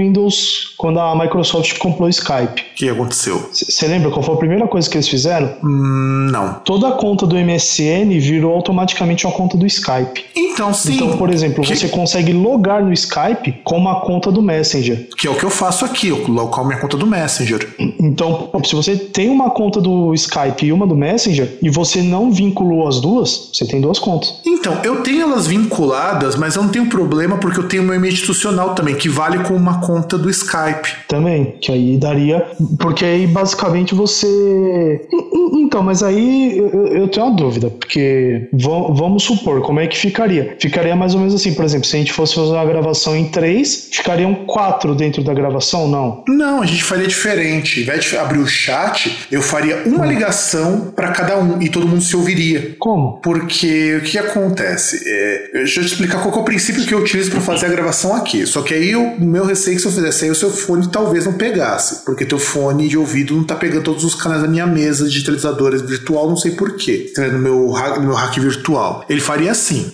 [SPEAKER 4] a Microsoft comprou o Skype.
[SPEAKER 2] O que aconteceu?
[SPEAKER 4] Você lembra qual foi a primeira coisa que eles fizeram?
[SPEAKER 2] Não.
[SPEAKER 4] Toda a conta do MSN virou automaticamente uma conta do Skype.
[SPEAKER 2] Então, sim.
[SPEAKER 4] Então, por exemplo, você consegue logar no Skype com uma conta do Messenger.
[SPEAKER 2] Que é o que eu faço aqui, eu coloco a minha conta do Messenger.
[SPEAKER 4] Então, se você tem uma conta do Skype e uma do Messenger, e você não vinculou as duas, você tem 2 contas.
[SPEAKER 2] Então, eu tenho elas vinculadas, mas eu não tenho problema porque eu tenho meu e-mail institucional também, que vale com uma conta do Skype.
[SPEAKER 4] Também, que aí daria... Porque aí, basicamente, você... Então, mas aí eu tenho uma dúvida, porque vamos supor, como é que ficaria? Ficaria mais ou menos assim, por exemplo, se a gente fosse fazer uma gravação em 3, ficariam 4 dentro da gravação, não?
[SPEAKER 2] Não, a gente faria diferente. Ao invés de abrir o chat, eu faria uma ligação para cada um e todo mundo se ouviria.
[SPEAKER 4] Como?
[SPEAKER 2] Porque o que acontece? Deixa eu te explicar qual é o princípio que eu utilizo para fazer a gravação aqui. Só que aí o meu receio é que se eu fizesse aí, o seu fone talvez não pegasse, porque teu fone de ouvido não tá pegando todos os canais da minha mesa digitalizadores virtual, não sei porquê. No meu hack virtual. Ele faria assim.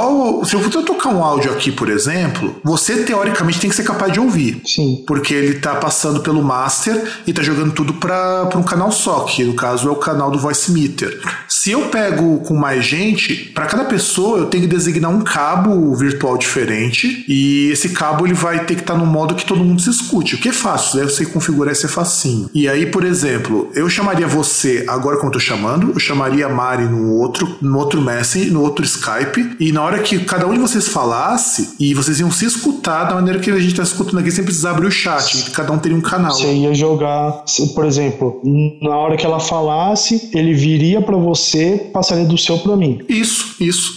[SPEAKER 2] Se eu for tocar um áudio aqui, por exemplo, você teoricamente tem que ser capaz de ouvir.
[SPEAKER 4] Sim.
[SPEAKER 2] Porque ele tá passando pelo master e tá jogando tudo para um canal só, que no caso é o canal do Voicemeeter. Se eu pego com mais gente, para cada pessoa eu tenho que designar um cabo virtual diferente e esse cabo ele vai ter que estar no modo que todo mundo se escute, o que é fácil, deve você configurar esse facinho. E aí, por exemplo, eu chamaria você agora como eu tô chamando, eu chamaria a Mari no outro Messenger, no outro Skype, e na hora que cada um de vocês falasse, e vocês iam se escutar da maneira que a gente tá escutando aqui, sem precisar abrir o chat, e cada um teria um canal.
[SPEAKER 4] Você ia jogar, por exemplo, na hora que ela falasse, ele viria para você, passaria do seu para mim.
[SPEAKER 2] Isso.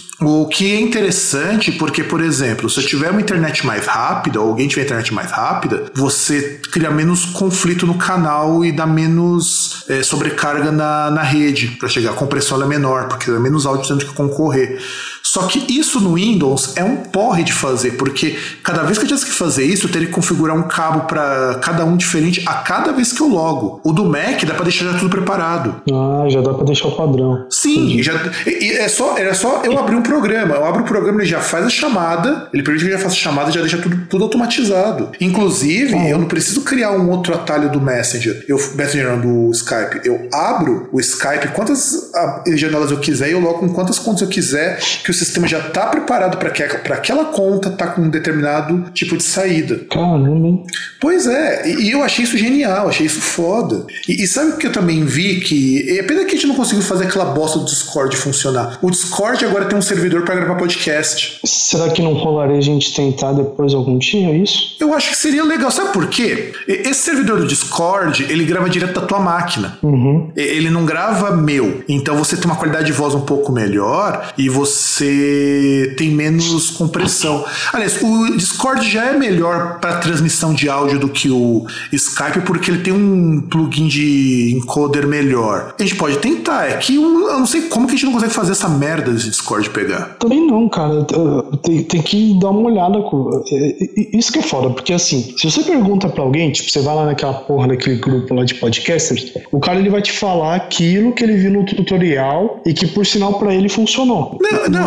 [SPEAKER 2] O que é interessante, porque, por exemplo, se eu tiver uma internet mais rápida, ou alguém tiver internet mais rápida, você cria menos conflito no canal e dá menos sobrecarga na rede para chegar. A compressão é menor, porque é menos áudio tendo que concorrer. Só que isso no Windows é um porre de fazer, porque cada vez que eu tivesse que fazer isso, eu teria que configurar um cabo para cada um diferente a cada vez que eu logo. O do Mac dá pra deixar já tudo preparado.
[SPEAKER 4] Ah, já dá pra deixar o padrão.
[SPEAKER 2] Sim, era só eu abrir um programa. Eu abro o programa, ele já faz a chamada, ele permite que eu já faça a chamada e já deixa tudo automatizado. Inclusive, eu não preciso criar um outro atalho do Messenger. Do Skype. Eu abro o Skype quantas janelas eu quiser e eu logo com quantas contas eu quiser, que o sistema já tá preparado para aquela conta tá com um determinado tipo de saída.
[SPEAKER 4] Caramba.
[SPEAKER 2] Pois é, e eu achei isso genial, achei isso foda. E sabe o que eu também vi? Que é pena que a gente não conseguiu fazer aquela bosta do Discord funcionar. O Discord agora tem um servidor para gravar podcast.
[SPEAKER 4] Será que não rolaria a gente tentar depois algum dia isso?
[SPEAKER 2] Eu acho que seria legal. Sabe por quê? Esse servidor do Discord, ele grava direto da tua máquina. Ele não grava meu. Então você tem uma qualidade de voz um pouco melhor e você tem menos compressão. Aliás, o Discord já é melhor para transmissão de áudio do que o Skype, porque ele tem um plugin de encoder melhor. A gente pode tentar, é que eu não sei como que a gente não consegue fazer essa merda desse Discord pegar.
[SPEAKER 4] Também não, cara. Tem que dar uma olhada. Isso que é foda, porque assim, se você pergunta pra alguém, tipo, você vai lá naquela porra daquele grupo lá de podcasters, o cara ele vai te falar aquilo que ele viu no tutorial e que por sinal pra ele funcionou.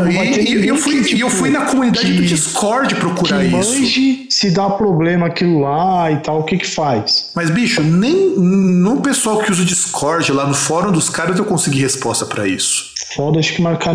[SPEAKER 2] Eu fui na comunidade do Discord procurar isso.
[SPEAKER 4] Se dá problema aquilo lá e tal, o que faz?
[SPEAKER 2] Mas, bicho, nem no pessoal que usa o Discord lá no fórum dos caras eu consegui resposta pra isso.
[SPEAKER 4] Foda, acho que marcar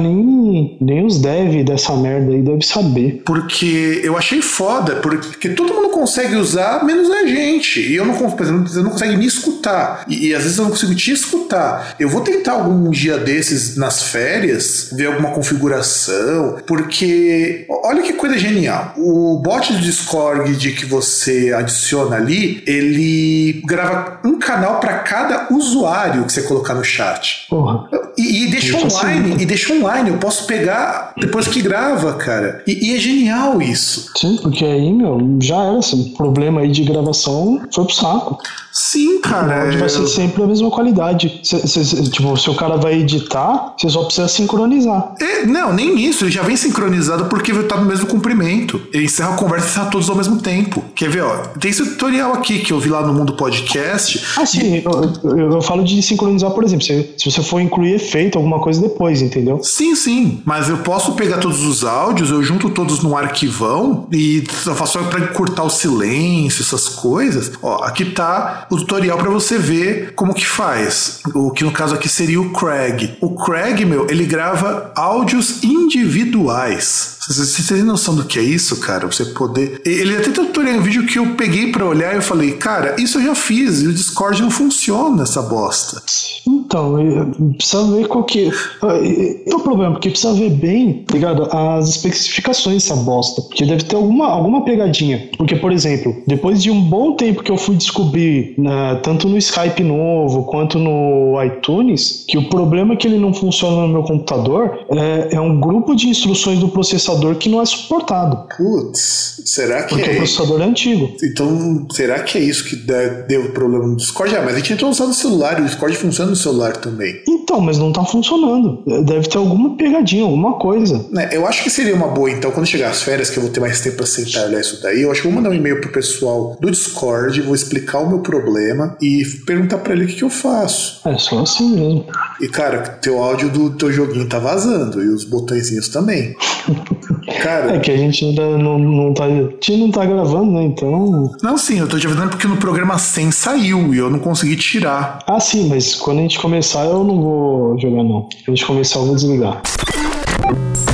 [SPEAKER 4] nem os dev dessa merda aí deve saber.
[SPEAKER 2] Porque eu achei foda, porque todo mundo consegue usar, menos a gente. E eu não consegue me escutar. E às vezes eu não consigo te escutar. Eu vou tentar algum dia desses nas férias, ver alguma configuração, porque olha que coisa genial. O bot do Discord de que você adiciona ali, ele grava um canal para cada usuário que você colocar no chat.
[SPEAKER 4] Porra.
[SPEAKER 2] E deixa online, eu posso pegar depois que grava, cara. E é genial isso.
[SPEAKER 4] Sim, porque aí, já era esse problema aí de gravação, foi pro saco.
[SPEAKER 2] Sim, cara.
[SPEAKER 4] O áudio vai ser sempre a mesma qualidade. Tipo, se o cara vai editar, você só precisa sincronizar.
[SPEAKER 2] Não, nem isso. Ele já vem sincronizado porque tá no mesmo comprimento. Ele encerra a conversa e encerra todos ao mesmo tempo. Quer ver, ó? Tem esse tutorial aqui que eu vi lá no Mundo Podcast.
[SPEAKER 4] Ah, sim. Eu falo de sincronizar, por exemplo, se você for incluir efeito, alguma coisa depois, entendeu?
[SPEAKER 2] Sim. Mas eu posso pegar todos os áudios, eu junto todos num arquivão e eu faço só pra encurtar o silêncio, essas coisas. Ó, aqui tá o tutorial para você ver como que faz. O que no caso aqui seria o Craig. O Craig, ele grava áudios individuais. Você tem noção do que é isso, cara? Você poder... Ele até tem um tutorial em vídeo que eu peguei pra olhar e eu falei, cara, isso eu já fiz e o Discord não funciona, essa bosta.
[SPEAKER 4] Então, precisa ver qual que... É o problema, porque precisa ver bem, ligado, as especificações dessa bosta. Porque deve ter alguma pegadinha. Porque, por exemplo, depois de um bom tempo que eu fui descobrir, tanto no Skype novo quanto no iTunes, que o problema é que ele não funciona no meu computador é um grupo de instruções do processador que não é suportado.
[SPEAKER 2] Putz, será que
[SPEAKER 4] porque o processador é antigo.
[SPEAKER 2] Então, será que é isso que deu problema no Discord? Mas a gente tentou usar no celular, e o Discord funciona no celular também.
[SPEAKER 4] Então, mas não tá funcionando. Deve ter alguma pegadinha, alguma coisa.
[SPEAKER 2] Eu acho que seria uma boa, então, quando chegar as férias, que eu vou ter mais tempo pra sentar e olhar isso daí, eu acho que eu vou mandar um e-mail pro pessoal do Discord, vou explicar o meu problema e perguntar pra ele o que eu faço.
[SPEAKER 4] É só assim mesmo.
[SPEAKER 2] E, cara, teu áudio do teu joguinho tá vazando, e os botõezinhos também. Cara,
[SPEAKER 4] é que a gente ainda não tá gravando, né? Então.
[SPEAKER 2] Não, sim, eu tô te avisando porque no programa 100 saiu e eu não consegui tirar.
[SPEAKER 4] Ah, sim, mas quando a gente começar eu não vou jogar, não. Quando a gente começar eu vou desligar.